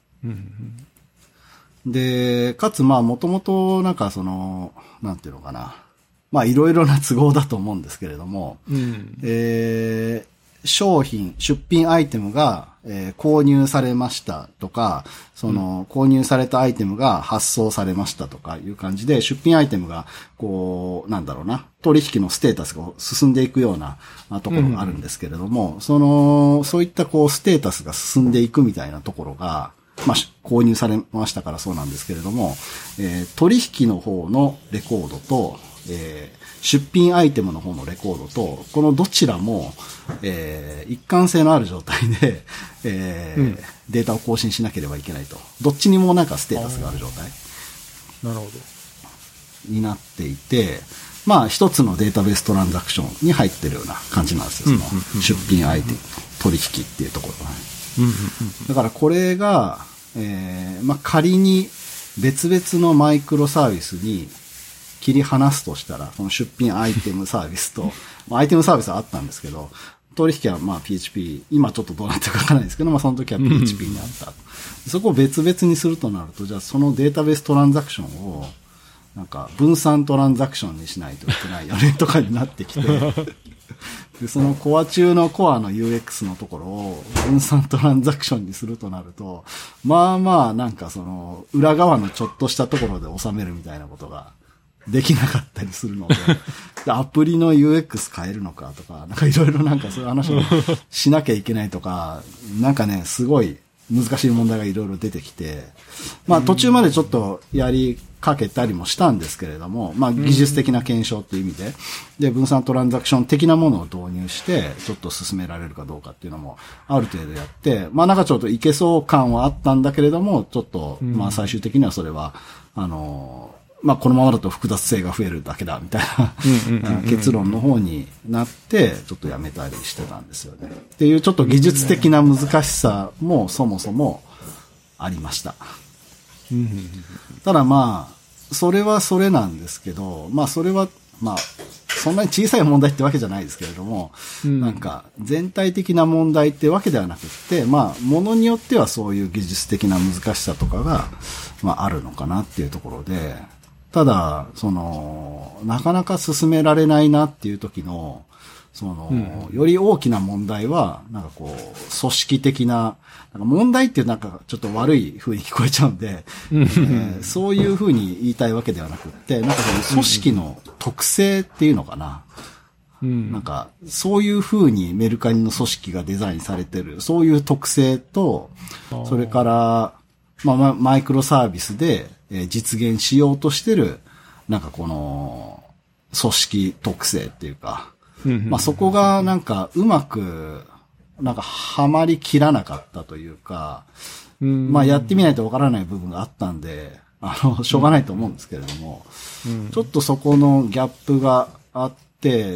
で、かつまあもともとなんかその、なんていうのかな。まあいろいろな都合だと思うんですけれども、うん、えー、商品、出品アイテムが、えー、購入されましたとか、その、うん、購入されたアイテムが発送されましたとかいう感じで、出品アイテムが、こう、なんだろうな、取引のステータスが進んでいくようなところがあるんですけれども、うん、その、そういったこう、ステータスが進んでいくみたいなところが、まあ、購入されましたからそうなんですけれども、えー、取引の方のレコードと、えー、出品アイテムの方のレコードと、このどちらも、えー、一貫性のある状態で、えーうん、データを更新しなければいけないと。どっちにもなんかステータスがある状態。 なるほど。 になっていて、まあ一つのデータベーストランザクションに入ってるような感じなんですよ。その出品アイテムと取引っていうところが、ね。だからこれが、えー、まあ仮に別々のマイクロサービスに切り離すとしたら、その出品アイテムサービスと、まあ、アイテムサービスはあったんですけど、取引はまあ ピーエイチピー、今ちょっとどうなってるかわからないですけど、まあその時は ピーエイチピー にあった。そこを別々にするとなると、じゃあそのデータベーストランザクションを、なんか分散トランザクションにしないといけないよねとかになってきて、でそのコア中のコアの ユーエックス のところを分散トランザクションにするとなると、まあまあなんかその裏側のちょっとしたところで収めるみたいなことができなかったりするので、でアプリの ユーエックス 変えるのかとか、なんかいろいろなんかそういう話をしなきゃいけないとか、なんかね、すごい難しい問題がいろいろ出てきて、まあ途中までちょっとやりかけたりもしたんですけれども、まあ技術的な検証っていう意味で、で分散トランザクション的なものを導入して、ちょっと進められるかどうかっていうのもある程度やって、まあなんかちょっといけそう感はあったんだけれども、ちょっとまあ最終的にはそれは、あの、まあこのままだと複雑性が増えるだけだみたいな結論の方になってちょっとやめたりしてたんですよね。っていうちょっと技術的な難しさもそもそもありました。ただまあそれはそれなんですけど、まあそれはまあそんなに小さい問題ってわけじゃないですけれども、なんか全体的な問題ってわけではなくって、まあものによってはそういう技術的な難しさとかがまああるのかなっていうところで。ただ、その、なかなか進められないなっていう時の、その、うん、より大きな問題は、なんかこう、組織的な、なんか問題っていうなんかちょっと悪い風に聞こえちゃうんで、えー、そういう風に言いたいわけではなくって、なんかその組織の特性っていうのかな。うん、なんか、そういう風にメルカリの組織がデザインされてる、そういう特性と、それから、まあ、マイクロサービスで実現しようとしてる、なんかこの、組織特性っていうか、まあそこがなんかうまく、なんかはまりきらなかったというか、まあやってみないとわからない部分があったんで、あの、しょうがないと思うんですけれども、ちょっとそこのギャップがあって、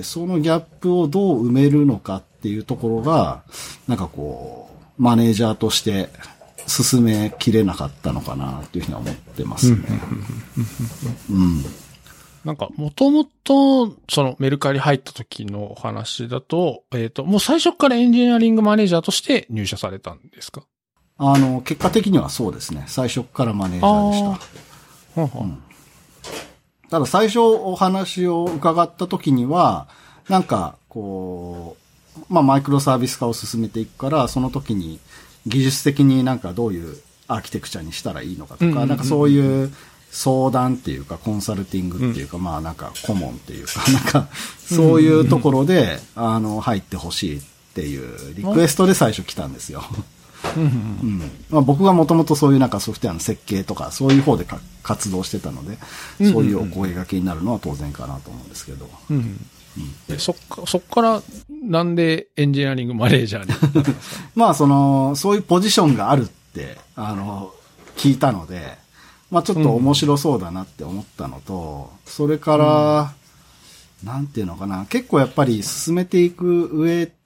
そのギャップをどう埋めるのかっていうところが、なんかこう、マネージャーとして、進めきれなかったのかなというふうに思ってますね。うん。 なんか、もともと、そのメルカリ入った時のお話だと、えっと、もう最初からエンジニアリングマネージャーとして入社されたんですか？ あの、結果的にはそうですね。最初からマネージャーでした。ははうん、ただ最初お話を伺った時には、なんか、こう、まあ、マイクロサービス化を進めていくから、その時に、技術的になんかどういうアーキテクチャにしたらいいのかとか、なんかそういう相談っていうかコンサルティングっていうか、まあなんか顧問っていうか、なんかそういうところで、あの、入ってほしいっていうリクエストで最初来たんですよ。うんまあ、僕がもともとそういうなんかソフトウェアの設計とかそういう方でか活動してたので、そういうお声掛けになるのは当然かなと思うんですけど。うんうんうん、そっか、そっからなんでエンジニアリングマネージャーにまあその、そういうポジションがあるって、あの、聞いたので、まあちょっと面白そうだなって思ったのと、うん、それから、うん、なんていうのかな、結構やっぱり進めていく上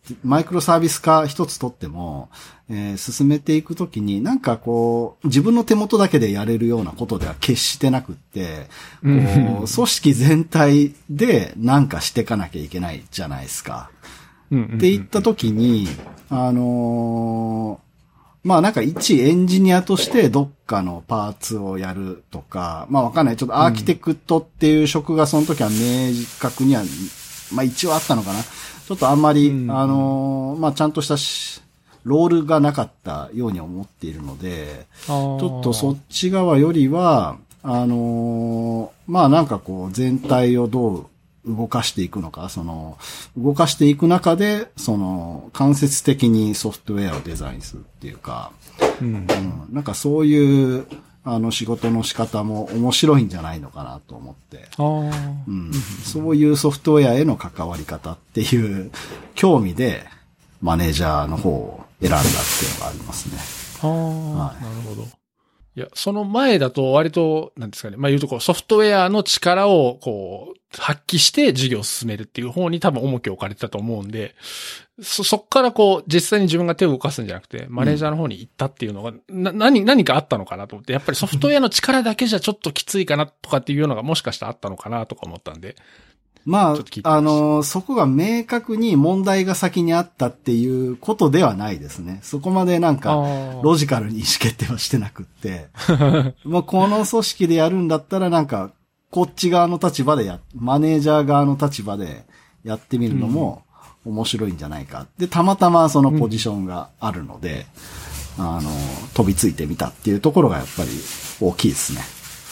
マイクロサービス化一つとっても、えー、進めていくときに、なんかこう、自分の手元だけでやれるようなことでは決してなくって、こう、組織全体でなんかしていかなきゃいけないじゃないですか。って言ったときに、あのー、まあなんか一エンジニアとしてどっかのパーツをやるとか、まあわかんない。ちょっとアーキテクトっていう職がその時は明確には、まあ一応あったのかな。ちょっとあんまり、うん、あのー、まあちゃんとしたしロールがなかったように思っているので、ちょっとそっち側よりは、あのー、まあなんかこう全体をどう動かしていくのか、その、動かしていく中で、その、間接的にソフトウェアをデザインするっていうか、うんうん、なんかそういう、あの仕事の仕方も面白いんじゃないのかなと思って、うん、そういうソフトウェアへの関わり方っていう興味で、マネージャーの方を選んだっていうのがありますね。 ああ、はい、なるほど。いや、その前だと割と、なんですかね。まあ言うとこう、ソフトウェアの力をこう、発揮して事業を進めるっていう方に多分重きを置かれてたと思うんで、そ、そっからこう、実際に自分が手を動かすんじゃなくて、マネージャーの方に行ったっていうのが、うん、な、何、何かあったのかなと思って、やっぱりソフトウェアの力だけじゃちょっときついかなとかっていうのがもしかしたらあったのかなとか思ったんで。 まあ、あの、そこが明確に問題が先にあったっていうことではないですね。そこまでなんか、ロジカルに意思決定はしてなくって。まあ、この組織でやるんだったらなんか、こっち側の立場でや、マネージャー側の立場でやってみるのも面白いんじゃないか。で、たまたまそのポジションがあるので、うん、あの、飛びついてみたっていうところがやっぱり大きいですね。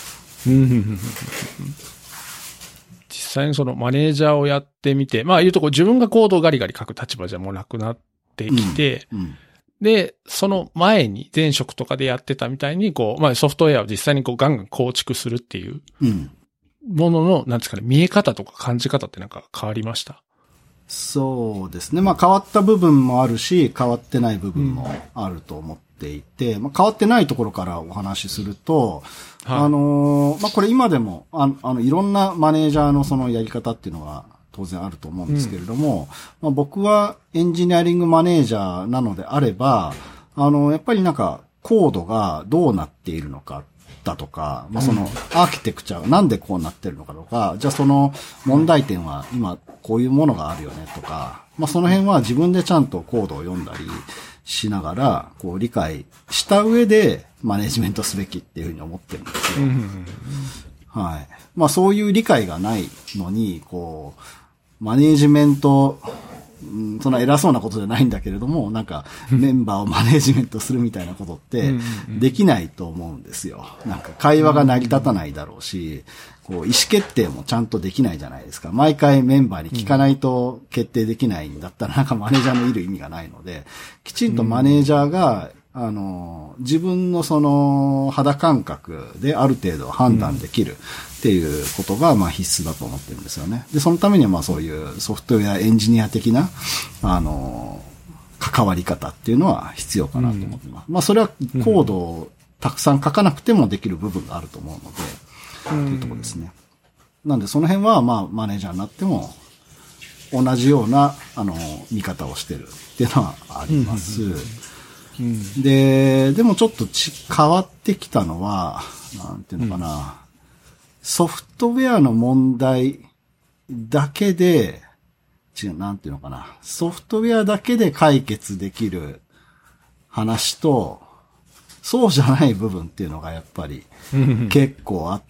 実際にそのマネージャーをやってみて、まあ言うとこう自分がコードをガリガリ書く立場じゃもうなくなってきて、うんうん、で、その前に前職とかでやってたみたいにこう、まあソフトウェアを実際にこうガンガン構築するっていうものの、なんですかね、見え方とか感じ方ってなんか変わりました？ そうですね。まあ変わった部分もあるし、変わってない部分もあると思っていて、うん、まあ変わってないところからお話しすると、はい、あのー、まあこれ今でも、あの、あのいろんなマネージャーのそのやり方っていうのは当然あると思うんですけれども、うん、まあ僕はエンジニアリングマネージャーなのであれば、あの、やっぱりなんかコードがどうなっているのか、だとか、まあ、そのアーキテクチャなんでこうなってるのかとか、じゃあその問題点は今こういうものがあるよねとか、まあ、その辺は自分でちゃんとコードを読んだりしながら、こう理解した上でマネジメントすべきっていうふうに思ってるんですよ。はい。まあそういう理解がないのに、こう、マネジメント、そんな偉そうなことじゃないんだけれども、なんかメンバーをマネジメントするみたいなことってできないと思うんですよ。なんか会話が成り立たないだろうし、こう意思決定もちゃんとできないじゃないですか。毎回メンバーに聞かないと決定できないんだったらなんかマネージャーのいる意味がないので、きちんとマネージャーがあの、自分のその肌感覚である程度判断できるっていうことがまあ必須だと思ってるんですよね。で、そのためにはまあそういうソフトウェアエンジニア的な、あの、関わり方っていうのは必要かなと思ってます。うん、まあそれはコードをたくさん書かなくてもできる部分があると思うので、うん、というところですね。なんでその辺はまあマネージャーになっても同じような、あの、見方をしてるっていうのはあります。うんうん、で、でもちょっとち変わってきたのは、なんていうのかな、うん、ソフトウェアの問題だけで、違う、なんていうのかな、ソフトウェアだけで解決できる話と、そうじゃない部分っていうのがやっぱり結構あって、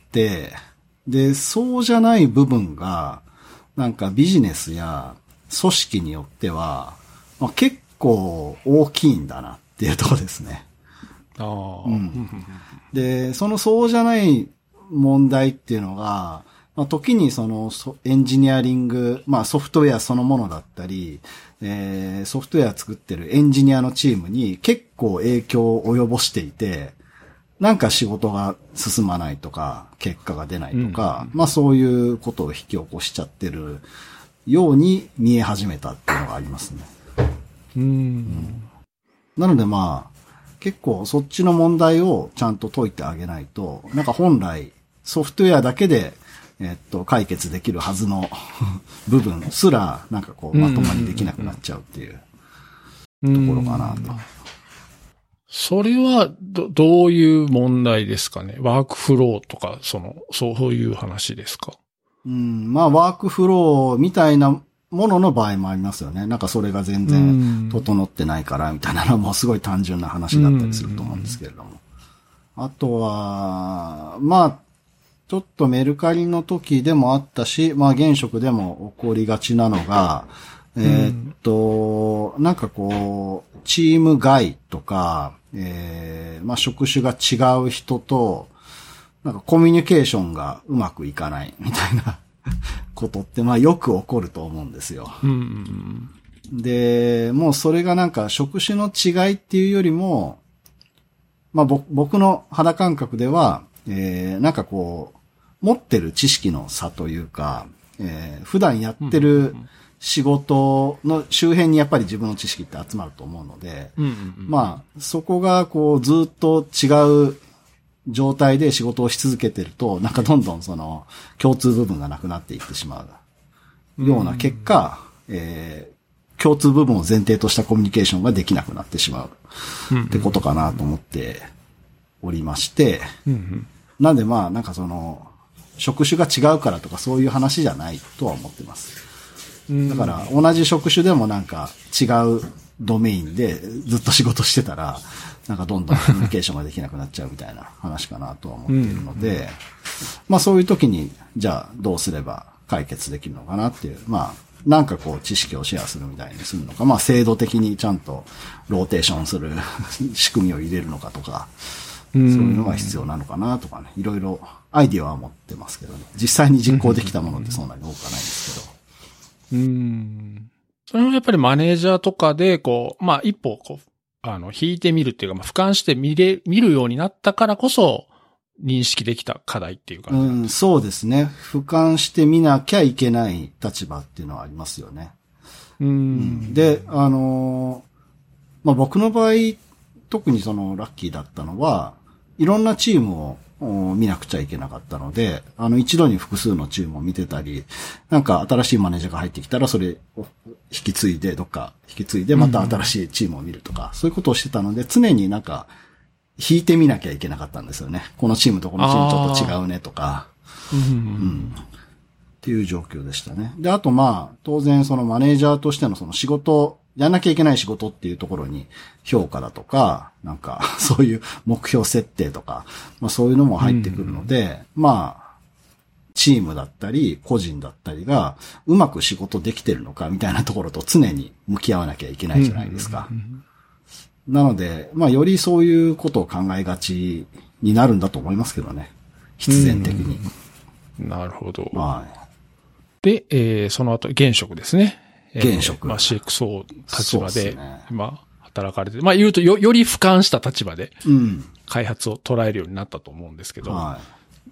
で、そうじゃない部分が、なんかビジネスや組織によっては、まあ、結構大きいんだなっていうところですね。あうん、で、そのそうじゃない問題っていうのが、まあ、時にそのエンジニアリング、まあソフトウェアそのものだったり、えー、ソフトウェア作ってるエンジニアのチームに結構影響を及ぼしていて、なんか仕事が進まないとか、結果が出ないとか、うん、まあそういうことを引き起こしちゃってるように見え始めたっていうのがありますね。うんうん、なのでまあ、結構そっちの問題をちゃんと解いてあげないと、なんか本来ソフトウェアだけで、 えっと、解決できるはずの部分すら、なんかこう、まともにできなくなっちゃうっていうところかなと。 それは、ど、どういう問題ですかね。ワークフローとか、その、そういう話ですか。 うん、まあ、ワークフローみたいなものの場合もありますよね。なんかそれが全然整ってないからみたいなのはもうすごい単純な話だったりすると思うんですけれども。あとは、まあ、ちょっとメルカリの時でもあったし、まあ現職でも起こりがちなのが、えー、っと、なんかこう、チーム外とか、えー、まあ職種が違う人と、なんかコミュニケーションがうまくいかないみたいなことってまあよく起こると思うんですよ。 うんうん、 で、もうそれがなんか職種の違いっていうよりも、まあ僕の肌感覚では、えー、なんかこう、持ってる知識の差というか、えー、普段やってる仕事の周辺にやっぱり自分の知識って集まると思うので、 うんうんうん、 まあそこがこうずっと違う状態で仕事をし続けてると、なんかどんどんその共通部分がなくなっていってしまうような結果、うんえー、共通部分を前提としたコミュニケーションができなくなってしまうってことかなと思っておりまして、 うんうん、 なんでまあなんかその職種が違うからとかそういう話じゃないとは思ってます。だから同じ職種でもなんか違うドメインでずっと仕事してたら、なんかどんどんコミュニケーションができなくなっちゃうみたいな話かなとは思っているので、まあそういう時に、じゃあどうすれば解決できるのかなっていう、まあなんかこう知識をシェアするみたいにするのか、まあ制度的にちゃんとローテーションする仕組みを入れるのかとか、そういうのが必要なのかなとかね、いろいろアイディアは持ってますけどね、実際に実行できたものってそんなに多くはないんですけど。 うーん。それもやっぱりマネージャーとかで、こう、まあ一歩こう、あの、引いてみるっていうか、まあ、俯瞰して見れ、見るようになったからこそ、認識できた課題っていう感じなんです。 うん、そうですね。俯瞰して見なきゃいけない立場っていうのはありますよね。 うん、うん。 で、あのー、まあ、僕の場合、特にそのラッキーだったのは、いろんなチームを見なくちゃいけなかったので、あの一度に複数のチームを見てたり、なんか新しいマネージャーが入ってきたらそれを引き継いで、どっか引き継いでまた新しいチームを見るとか、うん、そういうことをしてたので、常になんか引いてみなきゃいけなかったんですよね。このチームとこのチームちょっと違うねとか、うんうん、っていう状況でしたね。で、あとまあ、当然そのマネージャーとしてのその仕事、やんなきゃいけない仕事っていうところに評価だとか、なんかそういう目標設定とか、まあそういうのも入ってくるので、うん、まあ、チームだったり個人だったりがうまく仕事できてるのかみたいなところと常に向き合わなきゃいけないじゃないですか。なので、まあよりそういうことを考えがちになるんだと思いますけどね。必然的に。 うん、なるほど。 はい。 で、えー、その後、現職ですね。 現職。 えー、まあ シーエックスオー 立場で、今、働かれて、まあ言うとよ、より俯瞰した立場で、開発を捉えるようになったと思うんですけど、うんはい、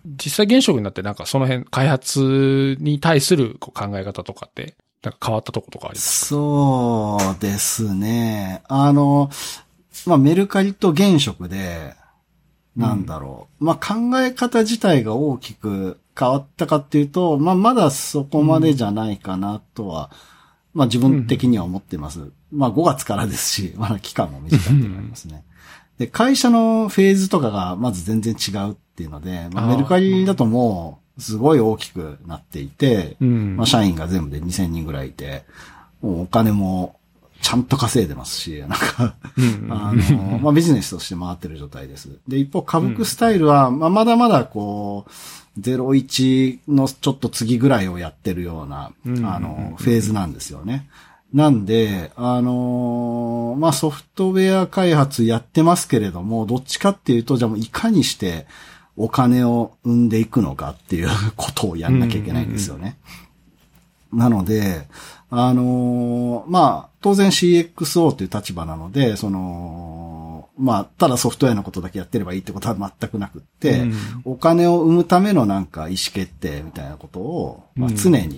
実際現職になってなんかその辺、開発に対するこう考え方とかって、なんか変わったとことかありますか？ そうですね。あの、まあメルカリと現職で、なんだろう。うん、まあ考え方自体が大きく変わったかっていうと、まあまだそこまでじゃないかなとは、うんまあ自分的には思ってます。うん、まあごがつからですし、まだ期間も短いと思いますね。で、会社のフェーズとかがまず全然違うっていうので、まあ、メルカリだともうすごい大きくなっていて、うん、まあ社員が全部でにせんにんぐらいいて、もうお金もちゃんと稼いでますし、なんかあの、まあビジネスとして回ってる状態です。で、一方、株クスタイルは、まあまだまだこう、ゼロイチのちょっと次ぐらいをやってるような、あの、フェーズなんですよね。なんで、あのー、まあ、ソフトウェア開発やってますけれども、どっちかっていうと、じゃあもういかにしてお金を生んでいくのかっていうことをやんなきゃいけないんですよね。なので、あのー、まあ、当然 シーエックスオー という立場なので、その、まあ、ただソフトウェアのことだけやってればいいってことは全くなくって、うん、お金を生むためのなんか意思決定みたいなことを、まあ、常に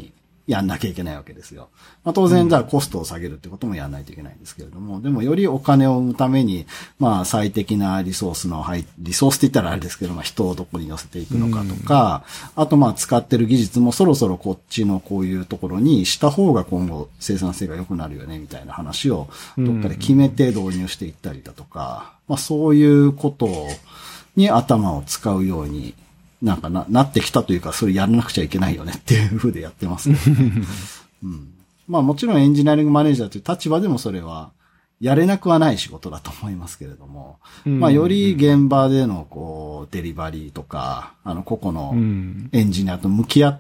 やんなきゃいけないわけですよ。まあ当然、じゃあコストを下げるってこともやらないといけないんですけれども、でもよりお金を生むために、まあ最適なリソースの配、リソースって言ったらあれですけど、まあ人をどこに寄せていくのかとか、あとまあ使ってる技術もそろそろこっちのこういうところにした方が今後生産性が良くなるよね、みたいな話をどっかで決めて導入していったりだとか、まあそういうことに頭を使うように、なんかな、なってきたというか、それやらなくちゃいけないよねっていう風でやってますね。うん。まあもちろんエンジニアリングマネージャーという立場でもそれは、やれなくはない仕事だと思いますけれども、まあより現場でのこう、デリバリーとか、あの、個々のエンジニアと向き合って、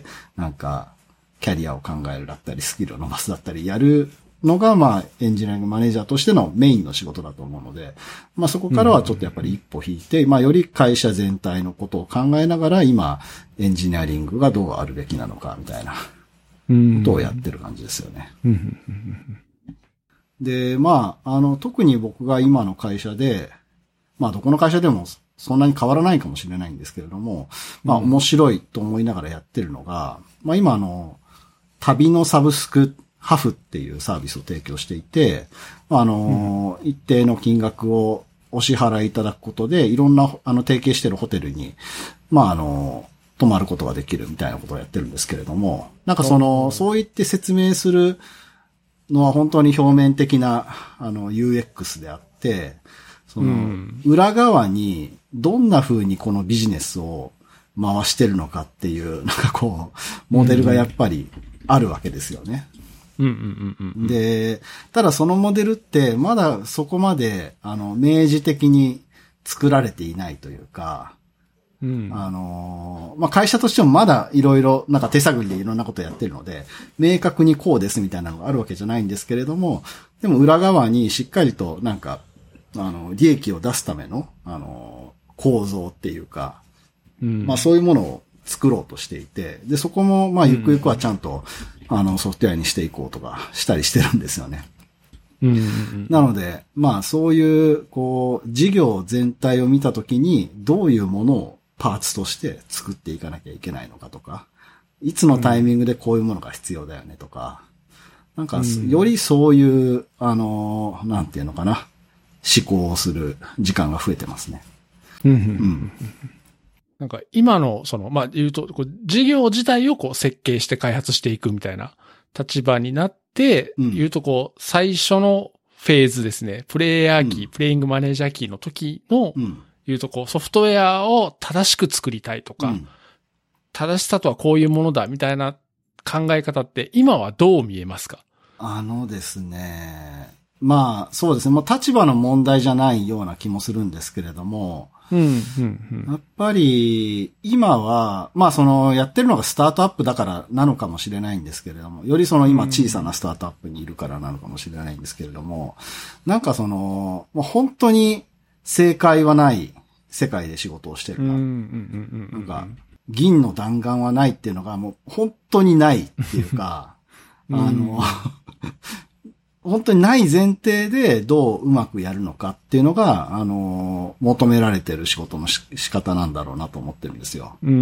なんか、キャリアを考えるだったり、スキルを伸ばすだったり、やるのが、まあ、エンジニアリングマネージャーとしてのメインの仕事だと思うので、まあそこからはちょっとやっぱり一歩引いて、まあより会社全体のことを考えながら、今、エンジニアリングがどうあるべきなのか、みたいなことをやってる感じですよね。で、まあ、あの、特に僕が今の会社で、まあどこの会社でもそんなに変わらないかもしれないんですけれども、まあ面白いと思いながらやってるのが、まあ今あの、旅のサブスク、ハフっていうサービスを提供していて、あの、うん、一定の金額をお支払いいただくことで、いろんな、あの、提携しているホテルに、まあ、あの、泊まることができるみたいなことをやってるんですけれども、なんかその、そう言って説明するのは本当に表面的な、あの、ユーエックス であって、その、裏側にどんな風にこのビジネスを回してるのかっていう、なんかこう、モデルがやっぱりあるわけですよね。 うんうんうんうん、 で、ただそのモデルってまだそこまで、あの、明示的に作られていないというか、うん、あの、まあ、会社としてもまだいろいろ、なんか手探りでいろんなことやってるので、明確にこうですみたいなのがあるわけじゃないんですけれども、でも裏側にしっかりとなんか、あの、利益を出すための、あの、構造っていうか、うん、まあ、そういうものを作ろうとしていて、で、そこも、まあ、ゆくゆくはちゃんと、うん、あの、ソフトウェアにしていこうとかしたりしてるんですよね。 うんうんうん、 なので、まあ、そういう、こう、事業全体を見たときに、どういうものをパーツとして作っていかなきゃいけないのかとか、いつのタイミングでこういうものが必要だよねとか、なんか、よりそういう、あの、なんていうのかな、思考をする時間が増えてますね。 うんうん、なんか今の、その、まあ、言うと、こう事業自体をこう設計して開発していくみたいな立場になって、うん、言うとこう、最初のフェーズですね。プレイヤーキー、うん、プレイングマネージャーキーの時の、うん、言うとこう、ソフトウェアを正しく作りたいとか、うん、正しさとはこういうものだみたいな考え方って今はどう見えますか？ あのですね、まあ、そうですね。もう立場の問題じゃないような気もするんですけれども、 うんうんうん、 やっぱり、今は、まあその、やってるのがスタートアップだからなのかもしれないんですけれども、よりその今小さなスタートアップにいるからなのかもしれないんですけれども、なんかその、もう本当に正解はない世界で仕事をしてるな。なんか、銀の弾丸はないっていうのがもう本当にないっていうか、あの、本当にない前提でどううまくやるのかっていうのが、あの、求められてる仕事のし仕方なんだろうなと思ってるんですよ。 うん、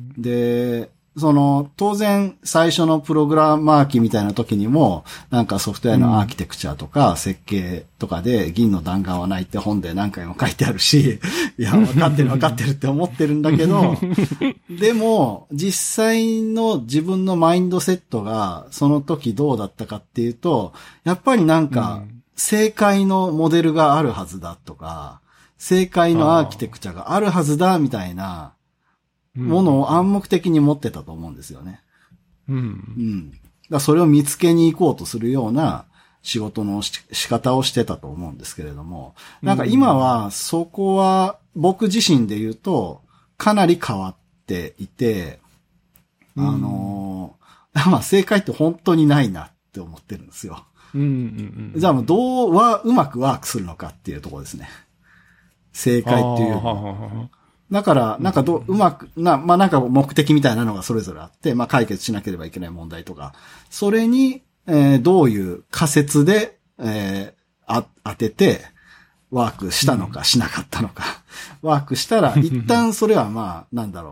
で、その、当然最初のプログラマー期みたいな時にも、なんかソフトウェアのアーキテクチャとか設計とかで銀の弾丸はないって本で何回も書いてあるし、いや、わかってるわかってるって思ってるんだけど、でも、実際の自分のマインドセットがその時どうだったかっていうと、やっぱりなんか、正解のモデルがあるはずだとか、正解のアーキテクチャがあるはずだみたいな、ものを暗黙的に持ってたと思うんですよね。 うん。うん。だからそれを見つけに行こうとするような仕事のし仕方をしてたと思うんですけれども、なんか今はそこは僕自身で言うとかなり変わっていて、うん、あの、まあ正解って本当にないなって思ってるんですよ。 うんうんうん、 じゃあもうどうはうまくワークするのかっていうところですね。正解っていうの。だから、なんかどう、うまく、な、まあ、なんか目的みたいなのがそれぞれあって、まあ、解決しなければいけない問題とか、それに、えー、どういう仮説で、えー、あ、当てて、ワークしたのかしなかったのか。ワークしたら、一旦それはまあ、なんだろう、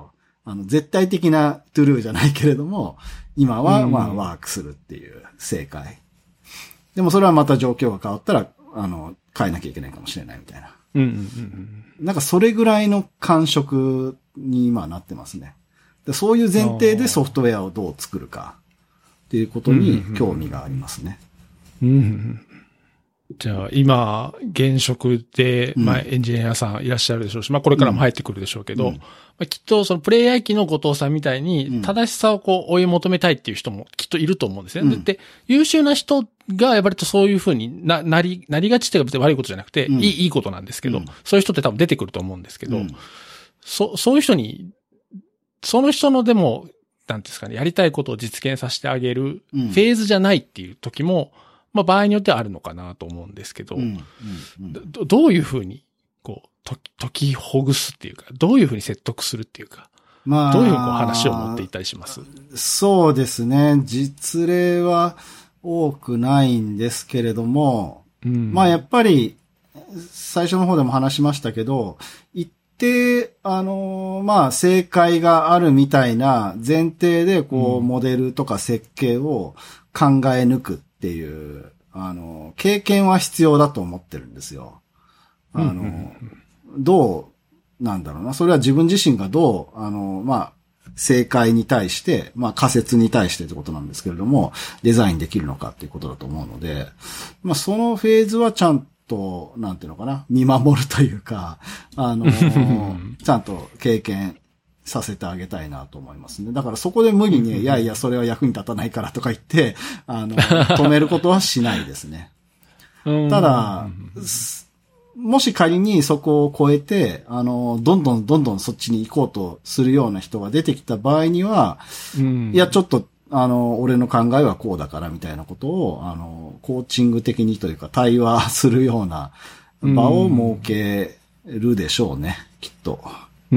あの、絶対的なトゥルーじゃないけれども、今は、まあ、ワークするっていう正解。でもそれはまた状況が変わったら、あの、変えなきゃいけないかもしれないみたいな。 うんうんうんうん、 なんかそれぐらいの感触に今なってますね。でそういう前提でソフトウェアをどう作るかっていうことに興味がありますね。 うんうんうん、じゃあ今、現職で、まあエンジニアさんいらっしゃるでしょうし、まあこれからも入ってくるでしょうけど、うん、まあ、きっとそのプレイヤー機の後藤さんみたいに正しさをこう追い求めたいっていう人もきっといると思うんですね。うん、で、優秀な人がやっぱりそういうふうにな、なり、なりがちっていうか別に悪いことじゃなくて、うん、いい、いいことなんですけど、うん、そういう人って多分出てくると思うんですけど、うん、そ、そういう人に、その人のでも、なんですかね、やりたいことを実現させてあげるフェーズじゃないっていう時も、うん、まあ場合によってはあるのかなと思うんですけど、うんうんうん、ど, どういうふうに、こう、と解きほぐすっていうか、どういうふうに説得するっていうか、まあ、どういうこう話を持っていったりします？ そうですね。実例は多くないんですけれども、うん、まあやっぱり、最初の方でも話しましたけど、一定、あのー、まあ正解があるみたいな前提で、こう、モデルとか設計を考え抜くっていう、あのー、経験は必要だと思ってるんですよ。あのー、うんうんうん、どう、なんだろうな。それは自分自身がどう、あの、まあ、正解に対して、まあ仮説に対してってことなんですけれども、デザインできるのかっていうことだと思うので、まあそのフェーズはちゃんと、なんていうのかな、見守るというか、あの、ちゃんと経験させてあげたいなと思いますね。だからそこで無理に、いやいやそれは役に立たないからとか言って、あの、止めることはしないですね。ただ、もし仮にそこを超えて、あの、どんどんどんどんそっちに行こうとするような人が出てきた場合には、うん、いや、ちょっと、あの、俺の考えはこうだからみたいなことを、あの、コーチング的にというか対話するような場を設けるでしょうね、うん、きっと。はい。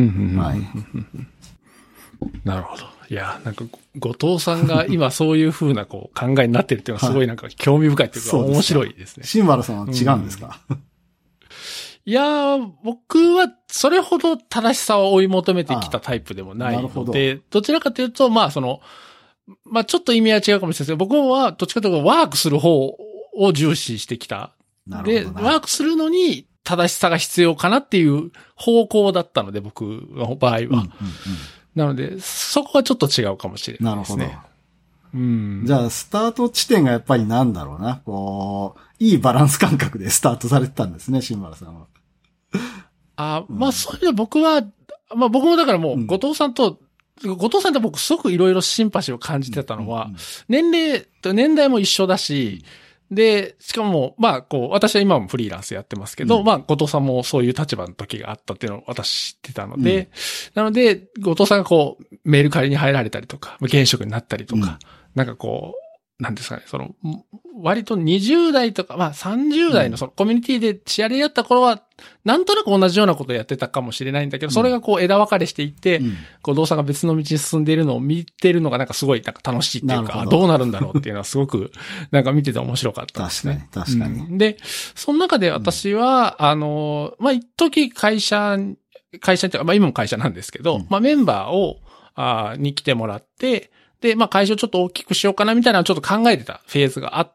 なるほど。いや、なんか、後藤さんが今そういう風なこう考えになってるっていうのはすごいなんか興味深いというか面白いですね。 新原さんは違うんですか？うんいやー、僕はそれほど正しさを追い求めてきたタイプでもないので、ど, どちらかというと、まあその、まあちょっと意味は違うかもしれないですけど、僕はどっちかというとワークする方を重視してきた。で、ワークするのに正しさが必要かなっていう方向だったので、僕の場合は。うんうんうん、なので、そこはちょっと違うかもしれないですね。なるほど。うん、 じゃあ、スタート地点がやっぱりなんだろうな。こう、いいバランス感覚でスタートされてたんですね、新原さんは。 あ、まあ、そういう意味で僕は、まあ僕もだからもう、後藤さんと、うん、後藤さんって僕すごくいろいろシンパシーを感じてたのは、うんうんうん、年齢と年代も一緒だし、で、しかも、まあ、こう、私は今もフリーランスやってますけど、うん、まあ、後藤さんもそういう立場の時があったっていうのを私知ってたので、うん、なので、後藤さんがこう、メルカリに入られたりとか、現職になったりとか、うん、なんかこう、なんですかね、その、割とにじゅう代とか、まあさんじゅう代のそのコミュニティで知り合った頃は、なんとなく同じようなことをやってたかもしれないんだけど、それがこう枝分かれしていって、こう動作が別の道に進んでいるのを見てるのがなんかすごいなんか楽しいっていうか、どうなるんだろうっていうのはすごくなんか見てて面白かったですね。 確かに、確かに。 うん、で、その中で私は、あの、まあ一時会社、会社っていうか、まあ今も会社なんですけど、うん、まあメンバーを、あに来てもらって、で、まあ会社をちょっと大きくしようかなみたいなのをちょっと考えてたフェーズがあって、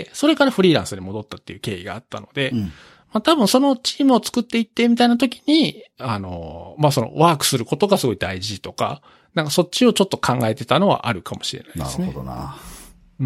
それからフリーランスに戻ったっていう経緯があったので、うん、まあ多分そのチームを作っていってみたいな時に、あの、まあそのワークすることがすごい大事とか、なんかそっちをちょっと考えてたのはあるかもしれないですね。 なるほどな。 うん。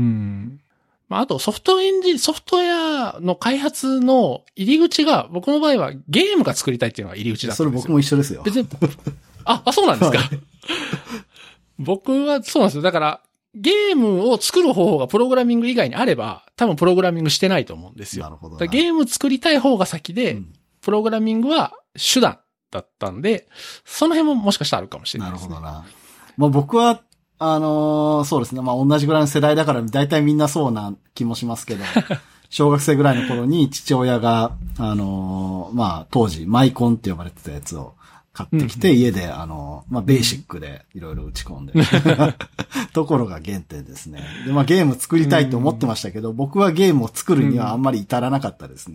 まああとソフトエンジン、ソフトウェアの開発の入り口が、僕の場合はゲームが作りたいっていうのが入り口だったんですよ。 それ僕も一緒ですよ。 別に、あ、あ、そうなんですか。僕はそうなんですよ。だから、ゲームを作る方法がプログラミング以外にあれば、多分プログラミングしてないと思うんですよ。 なるほど。 ゲーム作りたい方が先で、うん、プログラミングは手段だったんで、その辺ももしかしたらあるかもしれないですね。 なるほどな。まあ僕は、あのー、そうですね。まあ同じぐらいの世代だから大体みんなそうな気もしますけど、小学生ぐらいの頃に父親が、あのー、まあ当時マイコンって呼ばれてたやつを、買ってきて、家で、あの、まあ、ベーシックでいろいろ打ち込んで、ところが原点ですね。で、まあ、ゲーム作りたいと思ってましたけど、僕はゲームを作るにはあんまり至らなかったですね。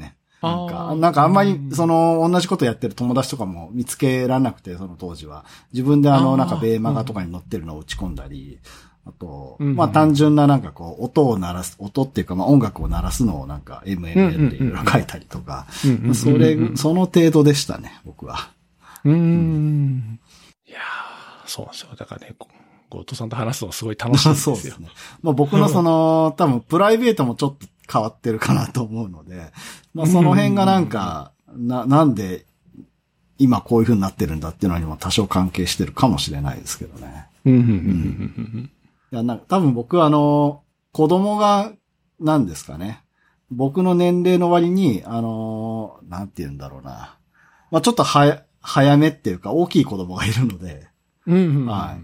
なんか、なんかあんまり、その、同じことやってる友達とかも見つけられなくて、その当時は。自分であの、なんかベーマガとかに載ってるのを打ち込んだり、あと、まあ単純ななんかこう、音を鳴らす、音っていうかまあ音楽を鳴らすのをなんか エムエムエル でいろいろ書いたりとか、それ、その程度でしたね、僕は。 うーん。いやー、そうなんですよ。だからね、後藤さんと話すのすごい楽しいんですよ。 そうですね。まあ僕のその、多分プライベートもちょっと変わってるかなと思うので、まあその辺がなんか、な、なんで今こういう風になってるんだっていうのにも多少関係してるかもしれないですけどね。うん。いや、なんか多分僕はあの、子供が、なんですかね。僕の年齢の割に、あの、なんて言うんだろうな。まあちょっとは、早めっていうか大きい子供がいるので、はい。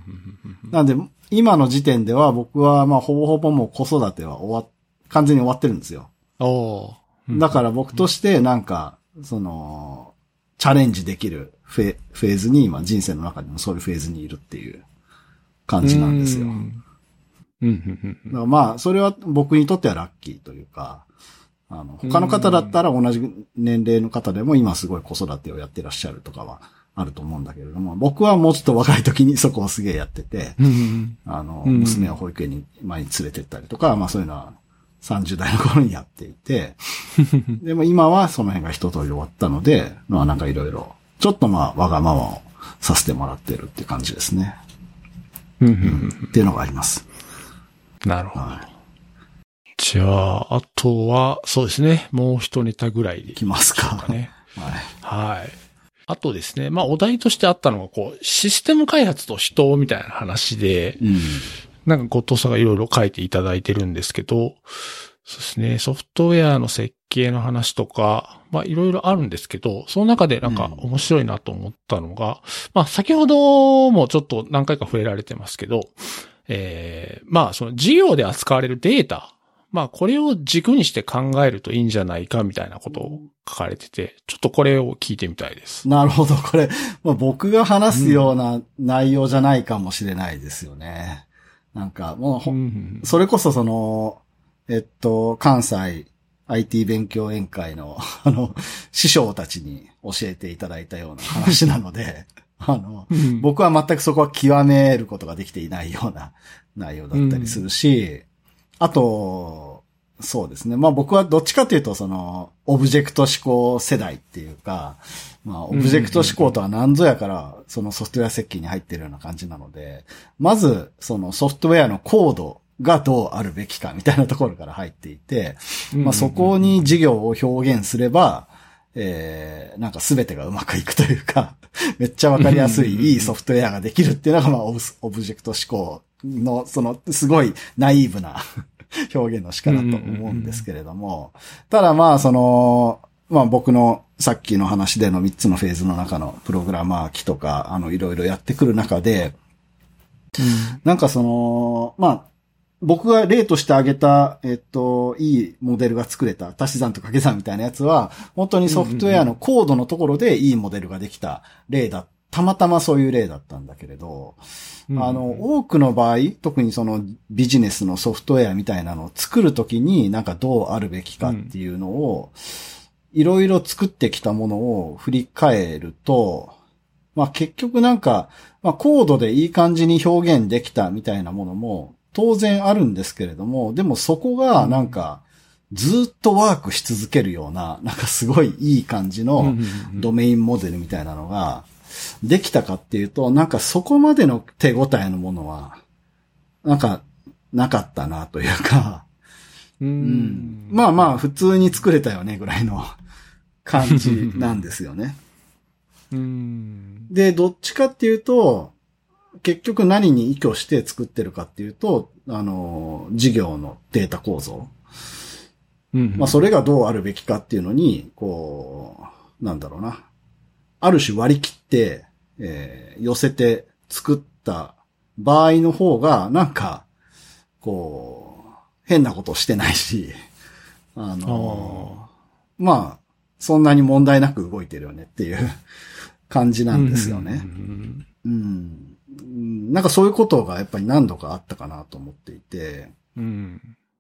なんで、今の時点では僕はまあほぼほぼもう子育ては終わ、完全に終わってるんですよ。 おー。だから僕としてなんか、その、チャレンジできるフェ、フェーズに、今人生の中でもそういうフェーズにいるっていう感じなんですよ。だからまあ、それは僕にとってはラッキーというか、あの、他の方だったら同じ年齢の方でも今すごい子育てをやってらっしゃるとかはあると思うんだけれども、僕はもうちょっと若い時にそこをすげえやってて、あの、娘を保育園に前に連れてったりとか、まあそういうのはさんじゅう代の頃にやっていて、でも今はその辺が一通り終わったので、まあなんかいろいろ、ちょっとまあわがままをさせてもらってるっていう感じですね。っていうのがあります。 なるほど。はい、じゃあ、あとは、そうですね。もう一ネタぐらいで。 いきますか。 ね。はい。はい。あとですね。まあ、お題としてあったのが、こう、システム開発と人みたいな話で、うん、なんか後藤さんがいろいろ書いていただいてるんですけど、そうですね。ソフトウェアの設計の話とか、まあ、いろいろあるんですけど、その中でなんか面白いなと思ったのが、うん、まあ、先ほどもちょっと何回か触れられてますけど、えー、まあ、その事業で扱われるデータ、まあ、これを軸にして考えるといいんじゃないかみたいなことを書かれてて、ちょっとこれを聞いてみたいです。 なるほど。これ、まあ、僕が話すような内容じゃないかもしれないですよね。うん、なんか、もう、うん、それこそその、えっと、関西 アイティー 勉強宴会の、あの、師匠たちに教えていただいたような話なので、あの、うん、僕は全くそこは極めることができていないような内容だったりするし、うん、あと、そうですね。まあ僕はどっちかというと、その、オブジェクト思考世代っていうか、まあ、オブジェクト思考とは何ぞやから、そのソフトウェア設計に入ってるような感じなので、まず、そのソフトウェアのコードがどうあるべきかみたいなところから入っていて、まあそこに事業を表現すれば、えー、なんか全てがうまくいくというか、めっちゃわかりやすいいいソフトウェアができるっていうのが、まあオブ、オブジェクト思考の、その、すごいナイーブな表現の仕方だと思うんですけれども、ただまあ、その、まあ僕のさっきの話でのみっつのフェーズの中のプログラマー機とか、あの、いろいろやってくる中で、うん、なんかその、まあ、僕が例として挙げた、えっと、いいモデルが作れた、足し算と掛け算みたいなやつは、本当にソフトウェアのコードのところでいいモデルができた例だ。たまたまそういう例だったんだけれど、うん、あの、多くの場合、特にそのビジネスのソフトウェアみたいなのを作るときになんかどうあるべきかっていうのを、いろいろ作ってきたものを振り返ると、まあ結局なんか、まあコードでいい感じに表現できたみたいなものも、当然あるんですけれども、でもそこがなんかずっとワークし続けるような、なんかすごいいい感じのドメインモデルみたいなのができたかっていうと、なんかそこまでの手応えのものは、なんかなかったなというか、うん、まあまあ普通に作れたよねぐらいの感じなんですよね。で、どっちかっていうと、結局何に依拠して作ってるかっていうと、あの、事業のデータ構造。うんうん、まあ、それがどうあるべきかっていうのに、こう、なんだろうな。ある種割り切って、えー、寄せて作った場合の方が、なんか、こう、変なことしてないし、あの、あまあ、そんなに問題なく動いてるよねっていう感じなんですよね。うんうんなんかそういうことがやっぱり何度かあったかなと思っていて。うん。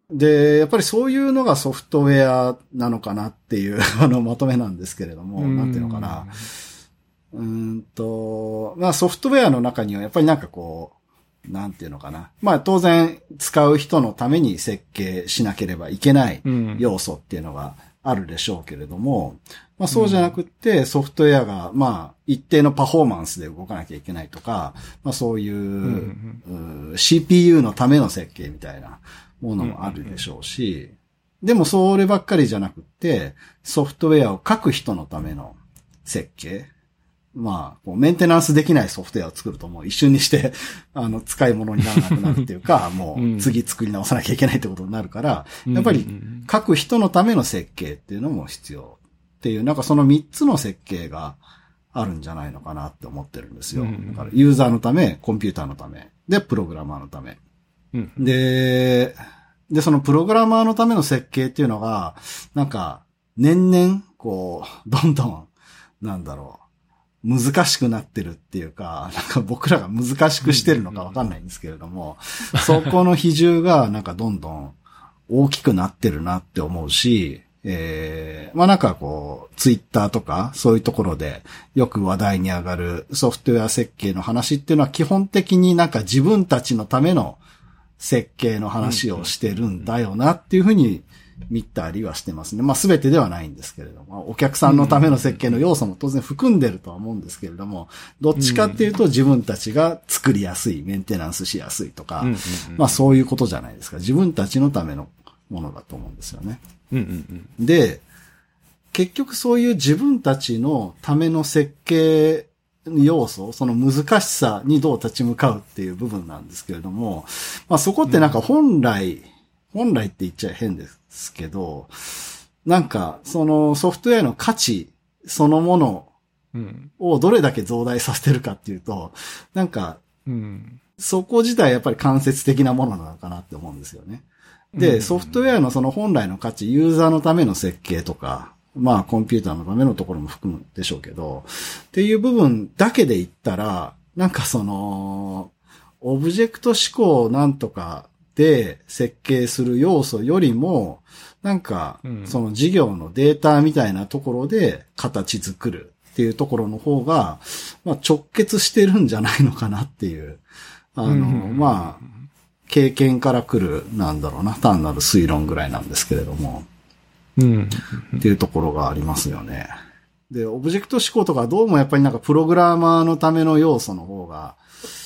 で、やっぱりそういうのがソフトウェアなのかなっていう、あの、まとめなんですけれども、なんていうのかな。うーんと、まあソフトウェアの中にはやっぱりなんかこう、なんていうのかな。まあ当然使う人のために設計しなければいけない要素っていうのがあるでしょうけれども、まあそうじゃなくってソフトウェアがまあ一定のパフォーマンスで動かなきゃいけないとか、まあそういう、うん、シーピーユー のための設計みたいなものもあるでしょうし、でもそればっかりじゃなくってソフトウェアを書く人のための設計、まあ、こうメンテナンスできないソフトウェアを作るともう一瞬にして、あの、使い物にならなくなるっていうか、もう次作り直さなきゃいけないってことになるから、やっぱり書く人のための設計っていうのも必要っていう、なんかその三つの設計があるんじゃないのかなって思ってるんですよ。だからユーザーのため、コンピューターのため、で、プログラマーのため。で、で、そのプログラマーのための設計っていうのが、なんか、年々、こう、どんどん、なんだろう、難しくなってるっていうか、なんか僕らが難しくしてるのかわかんないんですけれども、そこの比重がなんかどんどん大きくなってるなって思うし、えー、まあなんかこう、ツイッターとかそういうところでよく話題に上がるソフトウェア設計の話っていうのは基本的になんか自分たちのための設計の話をしてるんだよなっていうふうに見たりはしてますね。まあ全てではないんですけれども、お客さんのための設計の要素も当然含んでるとは思うんですけれども、どっちかっていうと自分たちが作りやすい、メンテナンスしやすいとか、まあそういうことじゃないですか。自分たちのためのものだと思うんですよね。で、結局そういう自分たちのための設計要素、その難しさにどう立ち向かうっていう部分なんですけれども、まあそこってなんか本来、本来って言っちゃ変ですけど、なんか、そのソフトウェアの価値そのものをどれだけ増大させてるかっていうと、なんか、そこ自体やっぱり間接的なものなのかなって思うんですよね。で、ソフトウェアのその本来の価値、ユーザーのための設計とか、まあコンピューターのためのところも含むでしょうけど、っていう部分だけで言ったら、なんかその、オブジェクト思考なんとか、で設計する要素よりも、なんか、その事業のデータみたいなところで形作るっていうところの方が、まあ直結してるんじゃないのかなっていう、あの、まあ、経験から来る、なんだろうな、単なる推論ぐらいなんですけれども、っていうところがありますよね。で、オブジェクト思考とかどうもやっぱりなんかプログラマーのための要素の方が、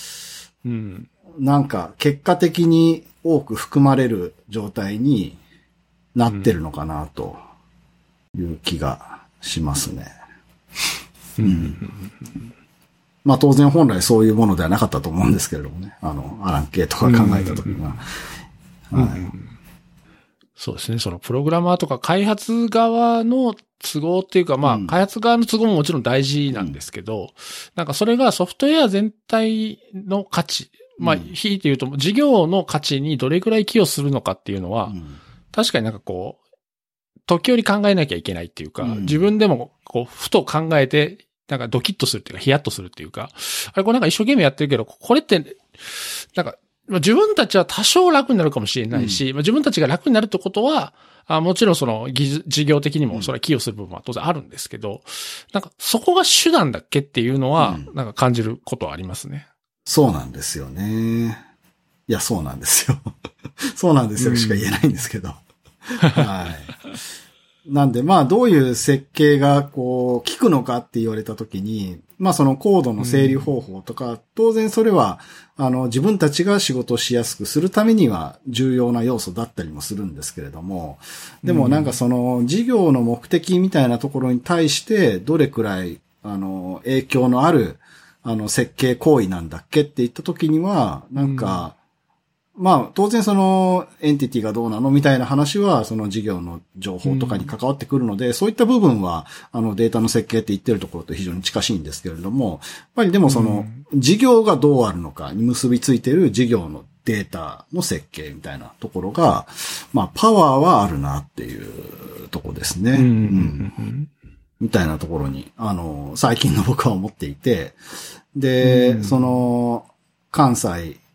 なんか結果的に多く含まれる状態になってるのかなという気がしますね。うん、まあ当然本来そういうものではなかったと思うんですけれどもね。あの、アラン系とか考えたときには。 そうですね。そのプログラマーとか開発側の都合っていうか、まあ、開発側の都合ももちろん大事なんですけど、うん、なんかそれがソフトウェア全体の価値、まあ、ひいて言うと、事業の価値にどれくらい寄与するのかっていうのは、うん、確かになんかこう、時折考えなきゃいけないっていうか、うん、自分でもこう、ふと考えて、なんかドキッとするっていうか、ヒヤッとするっていうか、あれこれなんか一生懸命やってるけど、これって、なんか、自分たちは多少楽になるかもしれないし、うん、自分たちが楽になるってことは、あもちろんその事業的にもそれは寄与する部分は当然あるんですけど、なんかそこが手段だっけっていうのは、なんか感じることはありますね。 そうなんですよね。いや、そうなんですよ。そうなんですよしか言えないんですけど。はい。なんで、まあ、どういう設計が、こう、効くのかって言われたときに、まあ、そのコードの整理方法とか、当然それは、あの、自分たちが仕事をしやすくするためには重要な要素だったりもするんですけれども、でもなんかその、事業の目的みたいなところに対して、どれくらい、あの、影響のある、あの、設計行為なんだっけって言ったときには、なんか、まあ、当然そのエンティティがどうなのみたいな話は、その事業の情報とかに関わってくるので、うん、そういった部分は、あのデータの設計って言ってるところと非常に近しいんですけれども、やっぱりでもその、事業がどうあるのかに結びついている事業のデータの設計みたいなところが、まあ、パワーはあるなっていうところですね。うんうん、みたいなところに、あの、最近の僕は思っていて、で、うん、その、関西、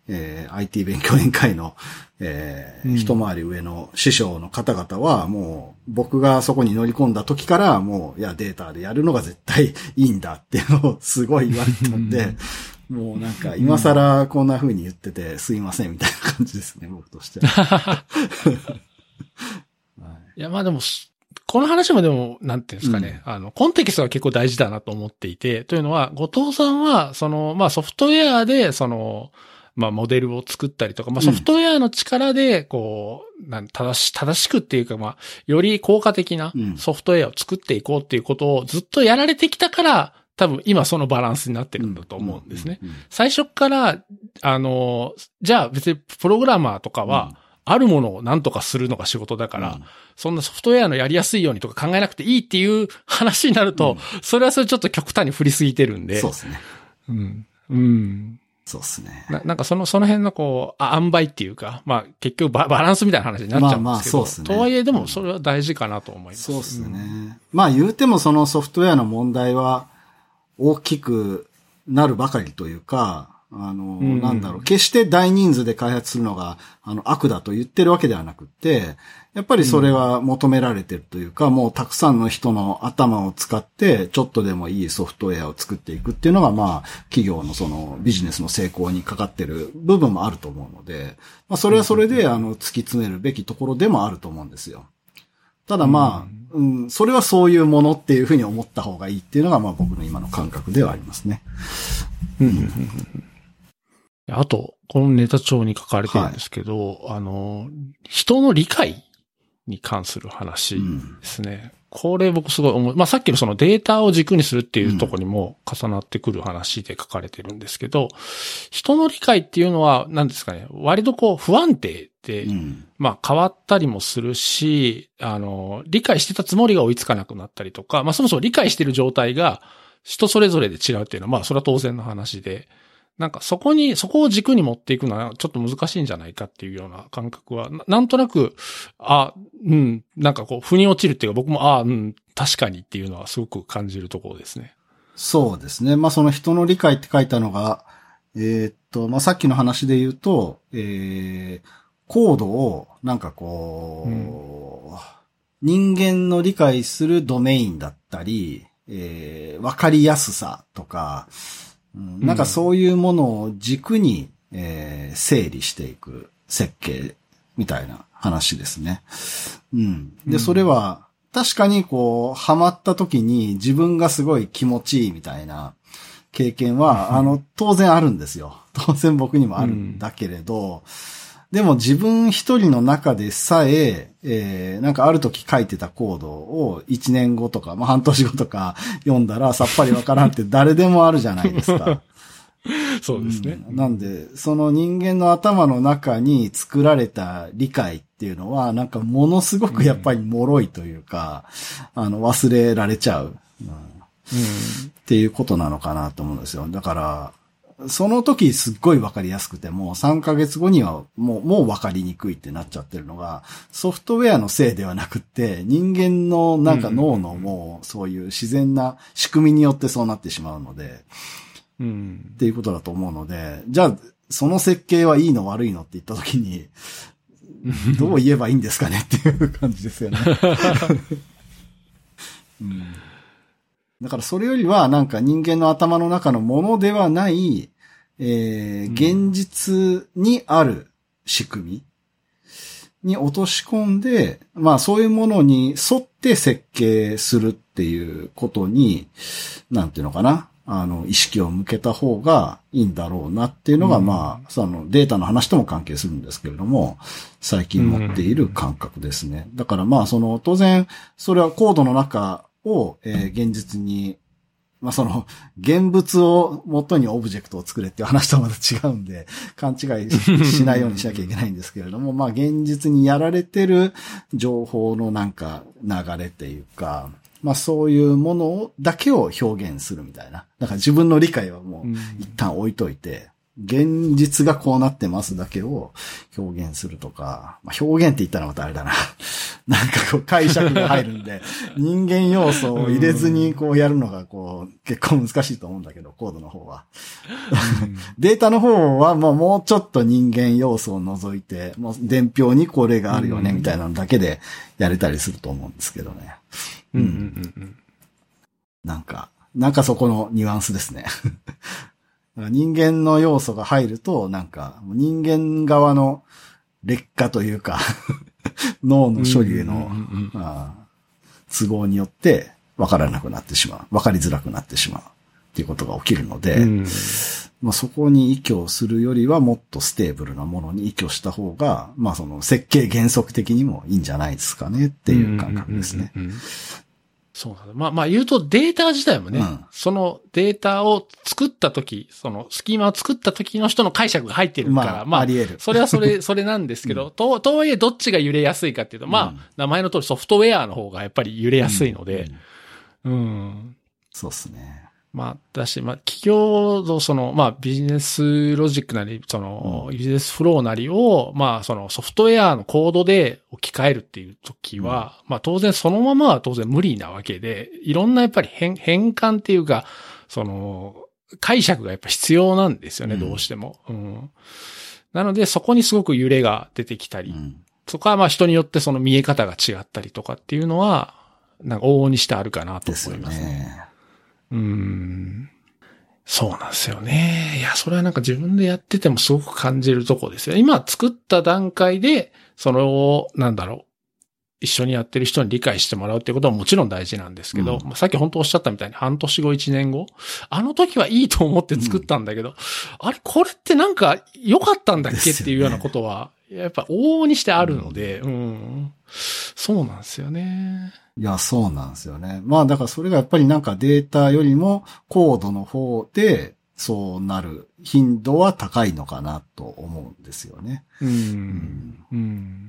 えー、アイティー 勉強委員会の、えー、一回り上の師匠の方々は、もう、僕がそこに乗り込んだ時から、もう、いや、データでやるのが絶対いいんだっていうのをすごい言われたんで、もうなんか、今更こんな風に言ってて、すいませんみたいな感じですね、僕としては。 いや、まあでも、この話もでも、なんていうんですかね、うん、あの、コンテキストが結構大事だなと思っていて、というのは、後藤さんは、その、まあソフトウェアで、その、まあモデルを作ったりとか、まあソフトウェアの力で、こう、なん正し、正しくっていうか、まあ、より効果的なソフトウェアを作っていこうっていうことをずっとやられてきたから、多分今そのバランスになってるんだと思うんですね。最初から、あの、じゃあ別にプログラマーとかは、あるものを何とかするのが仕事だから、うん、そんなソフトウェアのやりやすいようにとか考えなくていいっていう話になると、うん、それはそれちょっと極端に振りすぎてるんで。 そうですね。 うん。うん。 そうですね。 な, なんかその、その辺のこう、塩梅っていうか、まあ結局バ, バランスみたいな話になっちゃうんですけど。まあまあそうですね。とはいえでもそれは大事かなと思います。 そうですね。うん、まあ言うてもそのソフトウェアの問題は大きくなるばかりというか、あの、うん、なんだろう、決して大人数で開発するのが、あの、悪だと言ってるわけではなくって、やっぱりそれは求められてるというか、うん、もうたくさんの人の頭を使って、ちょっとでもいいソフトウェアを作っていくっていうのが、まあ、企業のそのビジネスの成功にかかってる部分もあると思うので、まあ、それはそれで、あの、突き詰めるべきところでもあると思うんですよ。ただまあ、うん、それはそういうものっていうふうに思った方がいいっていうのが、まあ僕の今の感覚ではありますね。うんあと、このネタ帳に書かれてるんですけど、はい、あの、人の理解に関する話ですね。うん、これ僕すごい思う。まあ、さっきのそのデータを軸にするっていうところにも重なってくる話で書かれてるんですけど、うん、人の理解っていうのは何ですかね、割とこう不安定で、うん、まあ変わったりもするし、あの、理解してたつもりが追いつかなくなったりとか、まあそもそも理解してる状態が人それぞれで違うっていうのは、まあそれは当然の話で、なんかそこに、そこを軸に持っていくのはちょっと難しいんじゃないかっていうような感覚は、な, なんとなく、あ、うん、なんかこう、腑に落ちるっていうか僕も、あ、うん、確かにっていうのはすごく感じるところですね。 そうですね。まあその人の理解って書いたのが、えー、っと、まあさっきの話で言うと、えー、コードをなんかこう、うん、人間の理解するドメインだったり、えー、わかりやすさとか、なんかそういうものを軸に、えー、整理していく設計みたいな話ですね。うん。で、それは確かにこう、ハマった時に自分がすごい気持ちいいみたいな経験は、あの、当然あるんですよ。当然僕にもあるんだけれど、でも自分一人の中でさえ、えー、なんかある時書いてたコードを一年後とか、まあ半年後とか読んだらさっぱりわからんって誰でもあるじゃないですか。 そうですね、 うん。なんで、その人間の頭の中に作られた理解っていうのは、なんかものすごくやっぱり脆いというか、うん、あの忘れられちゃう、うんうん、っていうことなのかなと思うんですよ。だから、その時すっごいわかりやすくても、さんかげつごにはもう、もうわかりにくいってなっちゃってるのが、ソフトウェアのせいではなくって、人間のなんか脳のもう、そういう自然な仕組みによってそうなってしまうので、うん、っていうことだと思うので、じゃあ、その設計はいいの悪いのって言った時に、どう言えばいいんですかねっていう感じですよね。うんだからそれよりはなんか人間の頭の中のものではない、えー、現実にある仕組みに落とし込んで、まあそういうものに沿って設計するっていうことに、なんていうのかな、あの、意識を向けた方がいいんだろうなっていうのが、まあ、そのデータの話とも関係するんですけれども、最近持っている感覚ですね。だからまあその、当然、それはコードの中、を、えー、現実に、まあ、その、現物を元にオブジェクトを作れっていう話とはまた違うんで、勘違いしないようにしなきゃいけないんですけれども、まあ、現実にやられてる情報のなんか流れっていうか、まあ、そういうものだけを表現するみたいな。だから自分の理解はもう一旦置いといて、 現実がこうなってますだけを表現するとか、まあ、表現って言ったらまたあれだな。なんかこう解釈が入るんで、人間要素を入れずにこうやるのがこう結構難しいと思うんだけど、コードの方は。データの方はもうもうちょっと人間要素を除いて、もう伝票にこれがあるよねみたいなのだけでやれたりすると思うんですけどね。うんうんうんうん、なんか、なんかそこのニュアンスですね。人間の要素が入ると、なんか人間側の劣化というか、脳の処理の、まあ、都合によって分からなくなってしまう。分かりづらくなってしまうっていうことが起きるので、うん、まあそこに依拠するよりはもっとステーブルなものに依拠した方が、まあその設計原則的にもいいんじゃないですかねっていう感覚ですね。 うんうんうんうん、そうなんだ。まあまあ言うとデータ自体もね、うん、そのデータを作った時、そのスキーマを作った時の人の解釈が入ってるから、まあ、まあ、あり得る。それはそれ、それなんですけど、うん、と、とはいえどっちが揺れやすいかっていうと、まあ、うん、名前の通りソフトウェアの方がやっぱり揺れやすいので、うん。うんうん、 そうですね。 まあ、だし、まあ、企業のその、まあ、ビジネスロジックなり、その、ビジネスフローなりを、まあ、そのソフトウェアのコードで置き換えるっていう時は、うん、まあ、当然そのままは当然無理なわけで、いろんなやっぱり変、変換っていうか、その、解釈がやっぱ必要なんですよね、うん、どうしても。うん。なので、そこにすごく揺れが出てきたり、うん、そこはまあ人によってその見え方が違ったりとかっていうのは、なんか往々にしてあるかなと思いますね。ですよね。うーん。そうなんですよね。いや、それはなんか自分でやっててもすごく感じるとこですよ。今作った段階で、それを、なんだろう、一緒にやってる人に理解してもらうっていうことはもちろん大事なんですけど、うん、さっき本当おっしゃったみたいに半年後、一年後、あの時はいいと思って作ったんだけど、うん、あれ、これってなんか良かったんだっけっていうようなことは、やっぱ往々にしてあるので、うん、うん。そうなんですよね。 いや、そうなんですよね。まあだからそれがやっぱりなんかデータよりもコードの方でそうなる頻度は高いのかなと思うんですよね。うん。うんうん、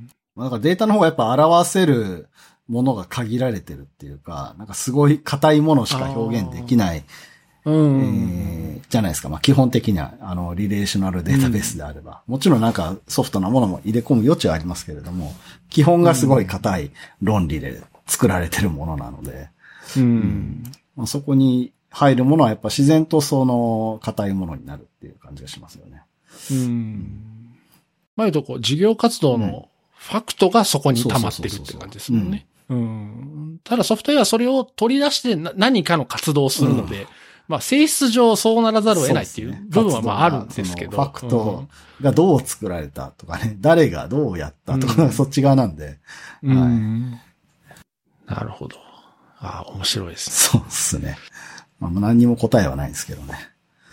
だからデータの方がやっぱ表せるものが限られてるっていうか、なんかすごい硬いものしか表現できない。うんえー、じゃないですか。まあ基本的には、あの、リレーショナルデータベースであれば。うん、もちろんなんかソフトなものも入れ込む余地はありますけれども、基本がすごい硬い論理で作られてるものなので、うんうんまあ、そこに入るものはやっぱ自然とその硬いものになるっていう感じがしますよね。うん。 まあ言うとこう、事業活動のファクトがそこに溜まってるって感じですもんね。うん。ただソフトウェアはそれを取り出して何かの活動をするので、うんまあ性質上そうならざるを得ないっていう部分はまああるんですけど。 ファクトがどう作られたとかね、うん、誰がどうやったとか、うん、そっち側なんで。うんはい、 なるほど。ああ、面白いですね。そうですね。まあ、何にも答えはないですけどね。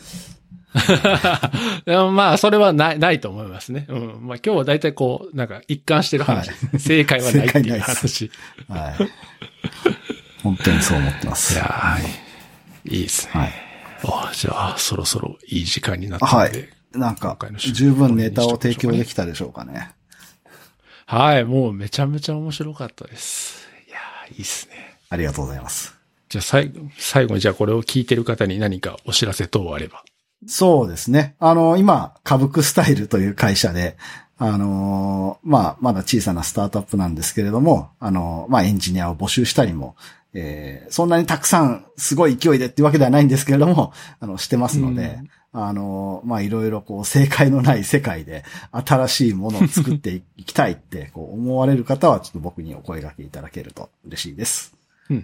まあ、それはない、ないと思いますね。うん。まあ今日は大体こう、なんか一貫してる話、はい、正解はないっていう話。はい。 本当にそう思ってます。 いやはい。いいですね。はい。あじゃあ、そろそろいい時間になったので。はい。 なんか、十分ネタを提供できたでしょうかね。 はい。もうめちゃめちゃ面白かったです。いやいいですね。 ありがとうございます。 じゃあ最後、最後にじゃあこれを聞いてる方に何かお知らせ等あれば。 そうですね。あの、今、カブクスタイルという会社で、あのー、まあ、まだ小さなスタートアップなんですけれども、あのー、まあ、エンジニアを募集したりも、えー、そんなにたくさんすごい勢いでっていうわけではないんですけれども、あの、してますので、うん、あの、まあ、いろいろこう、正解のない世界で新しいものを作っていきたいって、こう、思われる方は、ちょっと僕にお声掛けいただけると嬉しいです。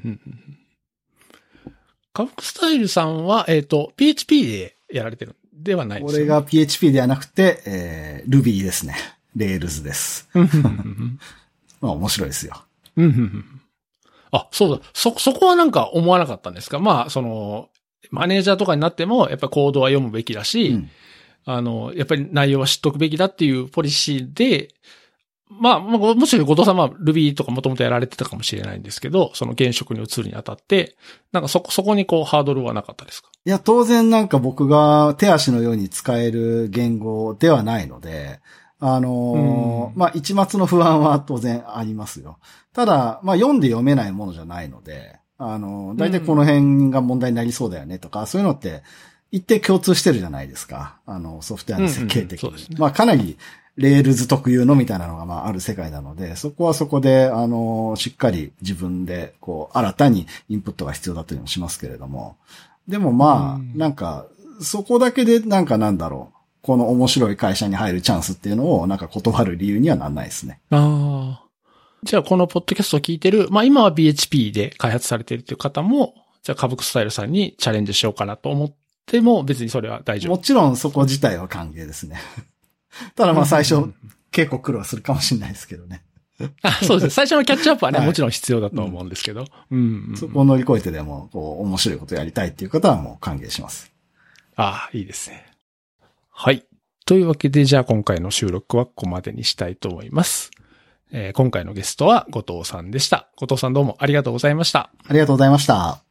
カブクスタイルさんは、えっと、ピーエイチピー でやられてるんではないですか、ね、 これが ピーエイチピー ではなくて、えー、Ruby ですね。Rails です。まあ、面白いですよ。 あ、そうだ。そ、そこはなんか思わなかったんですか？まあ、その、マネージャーとかになっても、やっぱりコードは読むべきだし、うん、あの、やっぱり内容は知っとくべきだっていうポリシーで、まあ、もし後藤さんは Ruby とかもともとやられてたかもしれないんですけど、その現職に移るにあたって、なんかそこ、そこにこうハードルはなかったですか？ いや、当然なんか僕が手足のように使える言語ではないので、あのー、まあ、一末の不安は当然ありますよ。ただ、まあ、読んで読めないものじゃないので、あのー、大体この辺が問題になりそうだよねとか、そういうのって、 一定共通してるじゃないですか。あの、ソフトウェアの設計的に。 うんうん、そうですね。 まあかなり、レールズ特有のみたいなのがまあある世界なので、そこはそこで、あの、しっかり自分で、こう、新たにインプットが必要だというのをしますけれども。でもまあ、なんか、そこだけでなんかなんだろう。この面白い会社に入るチャンスっていうのをなんか断る理由にはなんないですね。 ああ。じゃあこのポッドキャストを聞いてる、まあ今は ビーエイチピー で開発されているという方も、じゃあカブクスタイルさんにチャレンジしようかなと思っても別にそれは大丈夫。 もちろんそこ自体は歓迎ですね。ただまあ最初結構苦労するかもしれないですけどね。 あ、そうですね。最初のキャッチアップはね、はい、もちろん必要だと思うんですけど。うんうんうん、 そこを乗り越えてでも、こう、面白いことやりたいっていう方はもう歓迎します。 ああ、いいですね。はい。というわけで、じゃあ今回の収録はここまでにしたいと思います。えー、今回のゲストは後藤さんでした。後藤さんどうもありがとうございました。 ありがとうございました。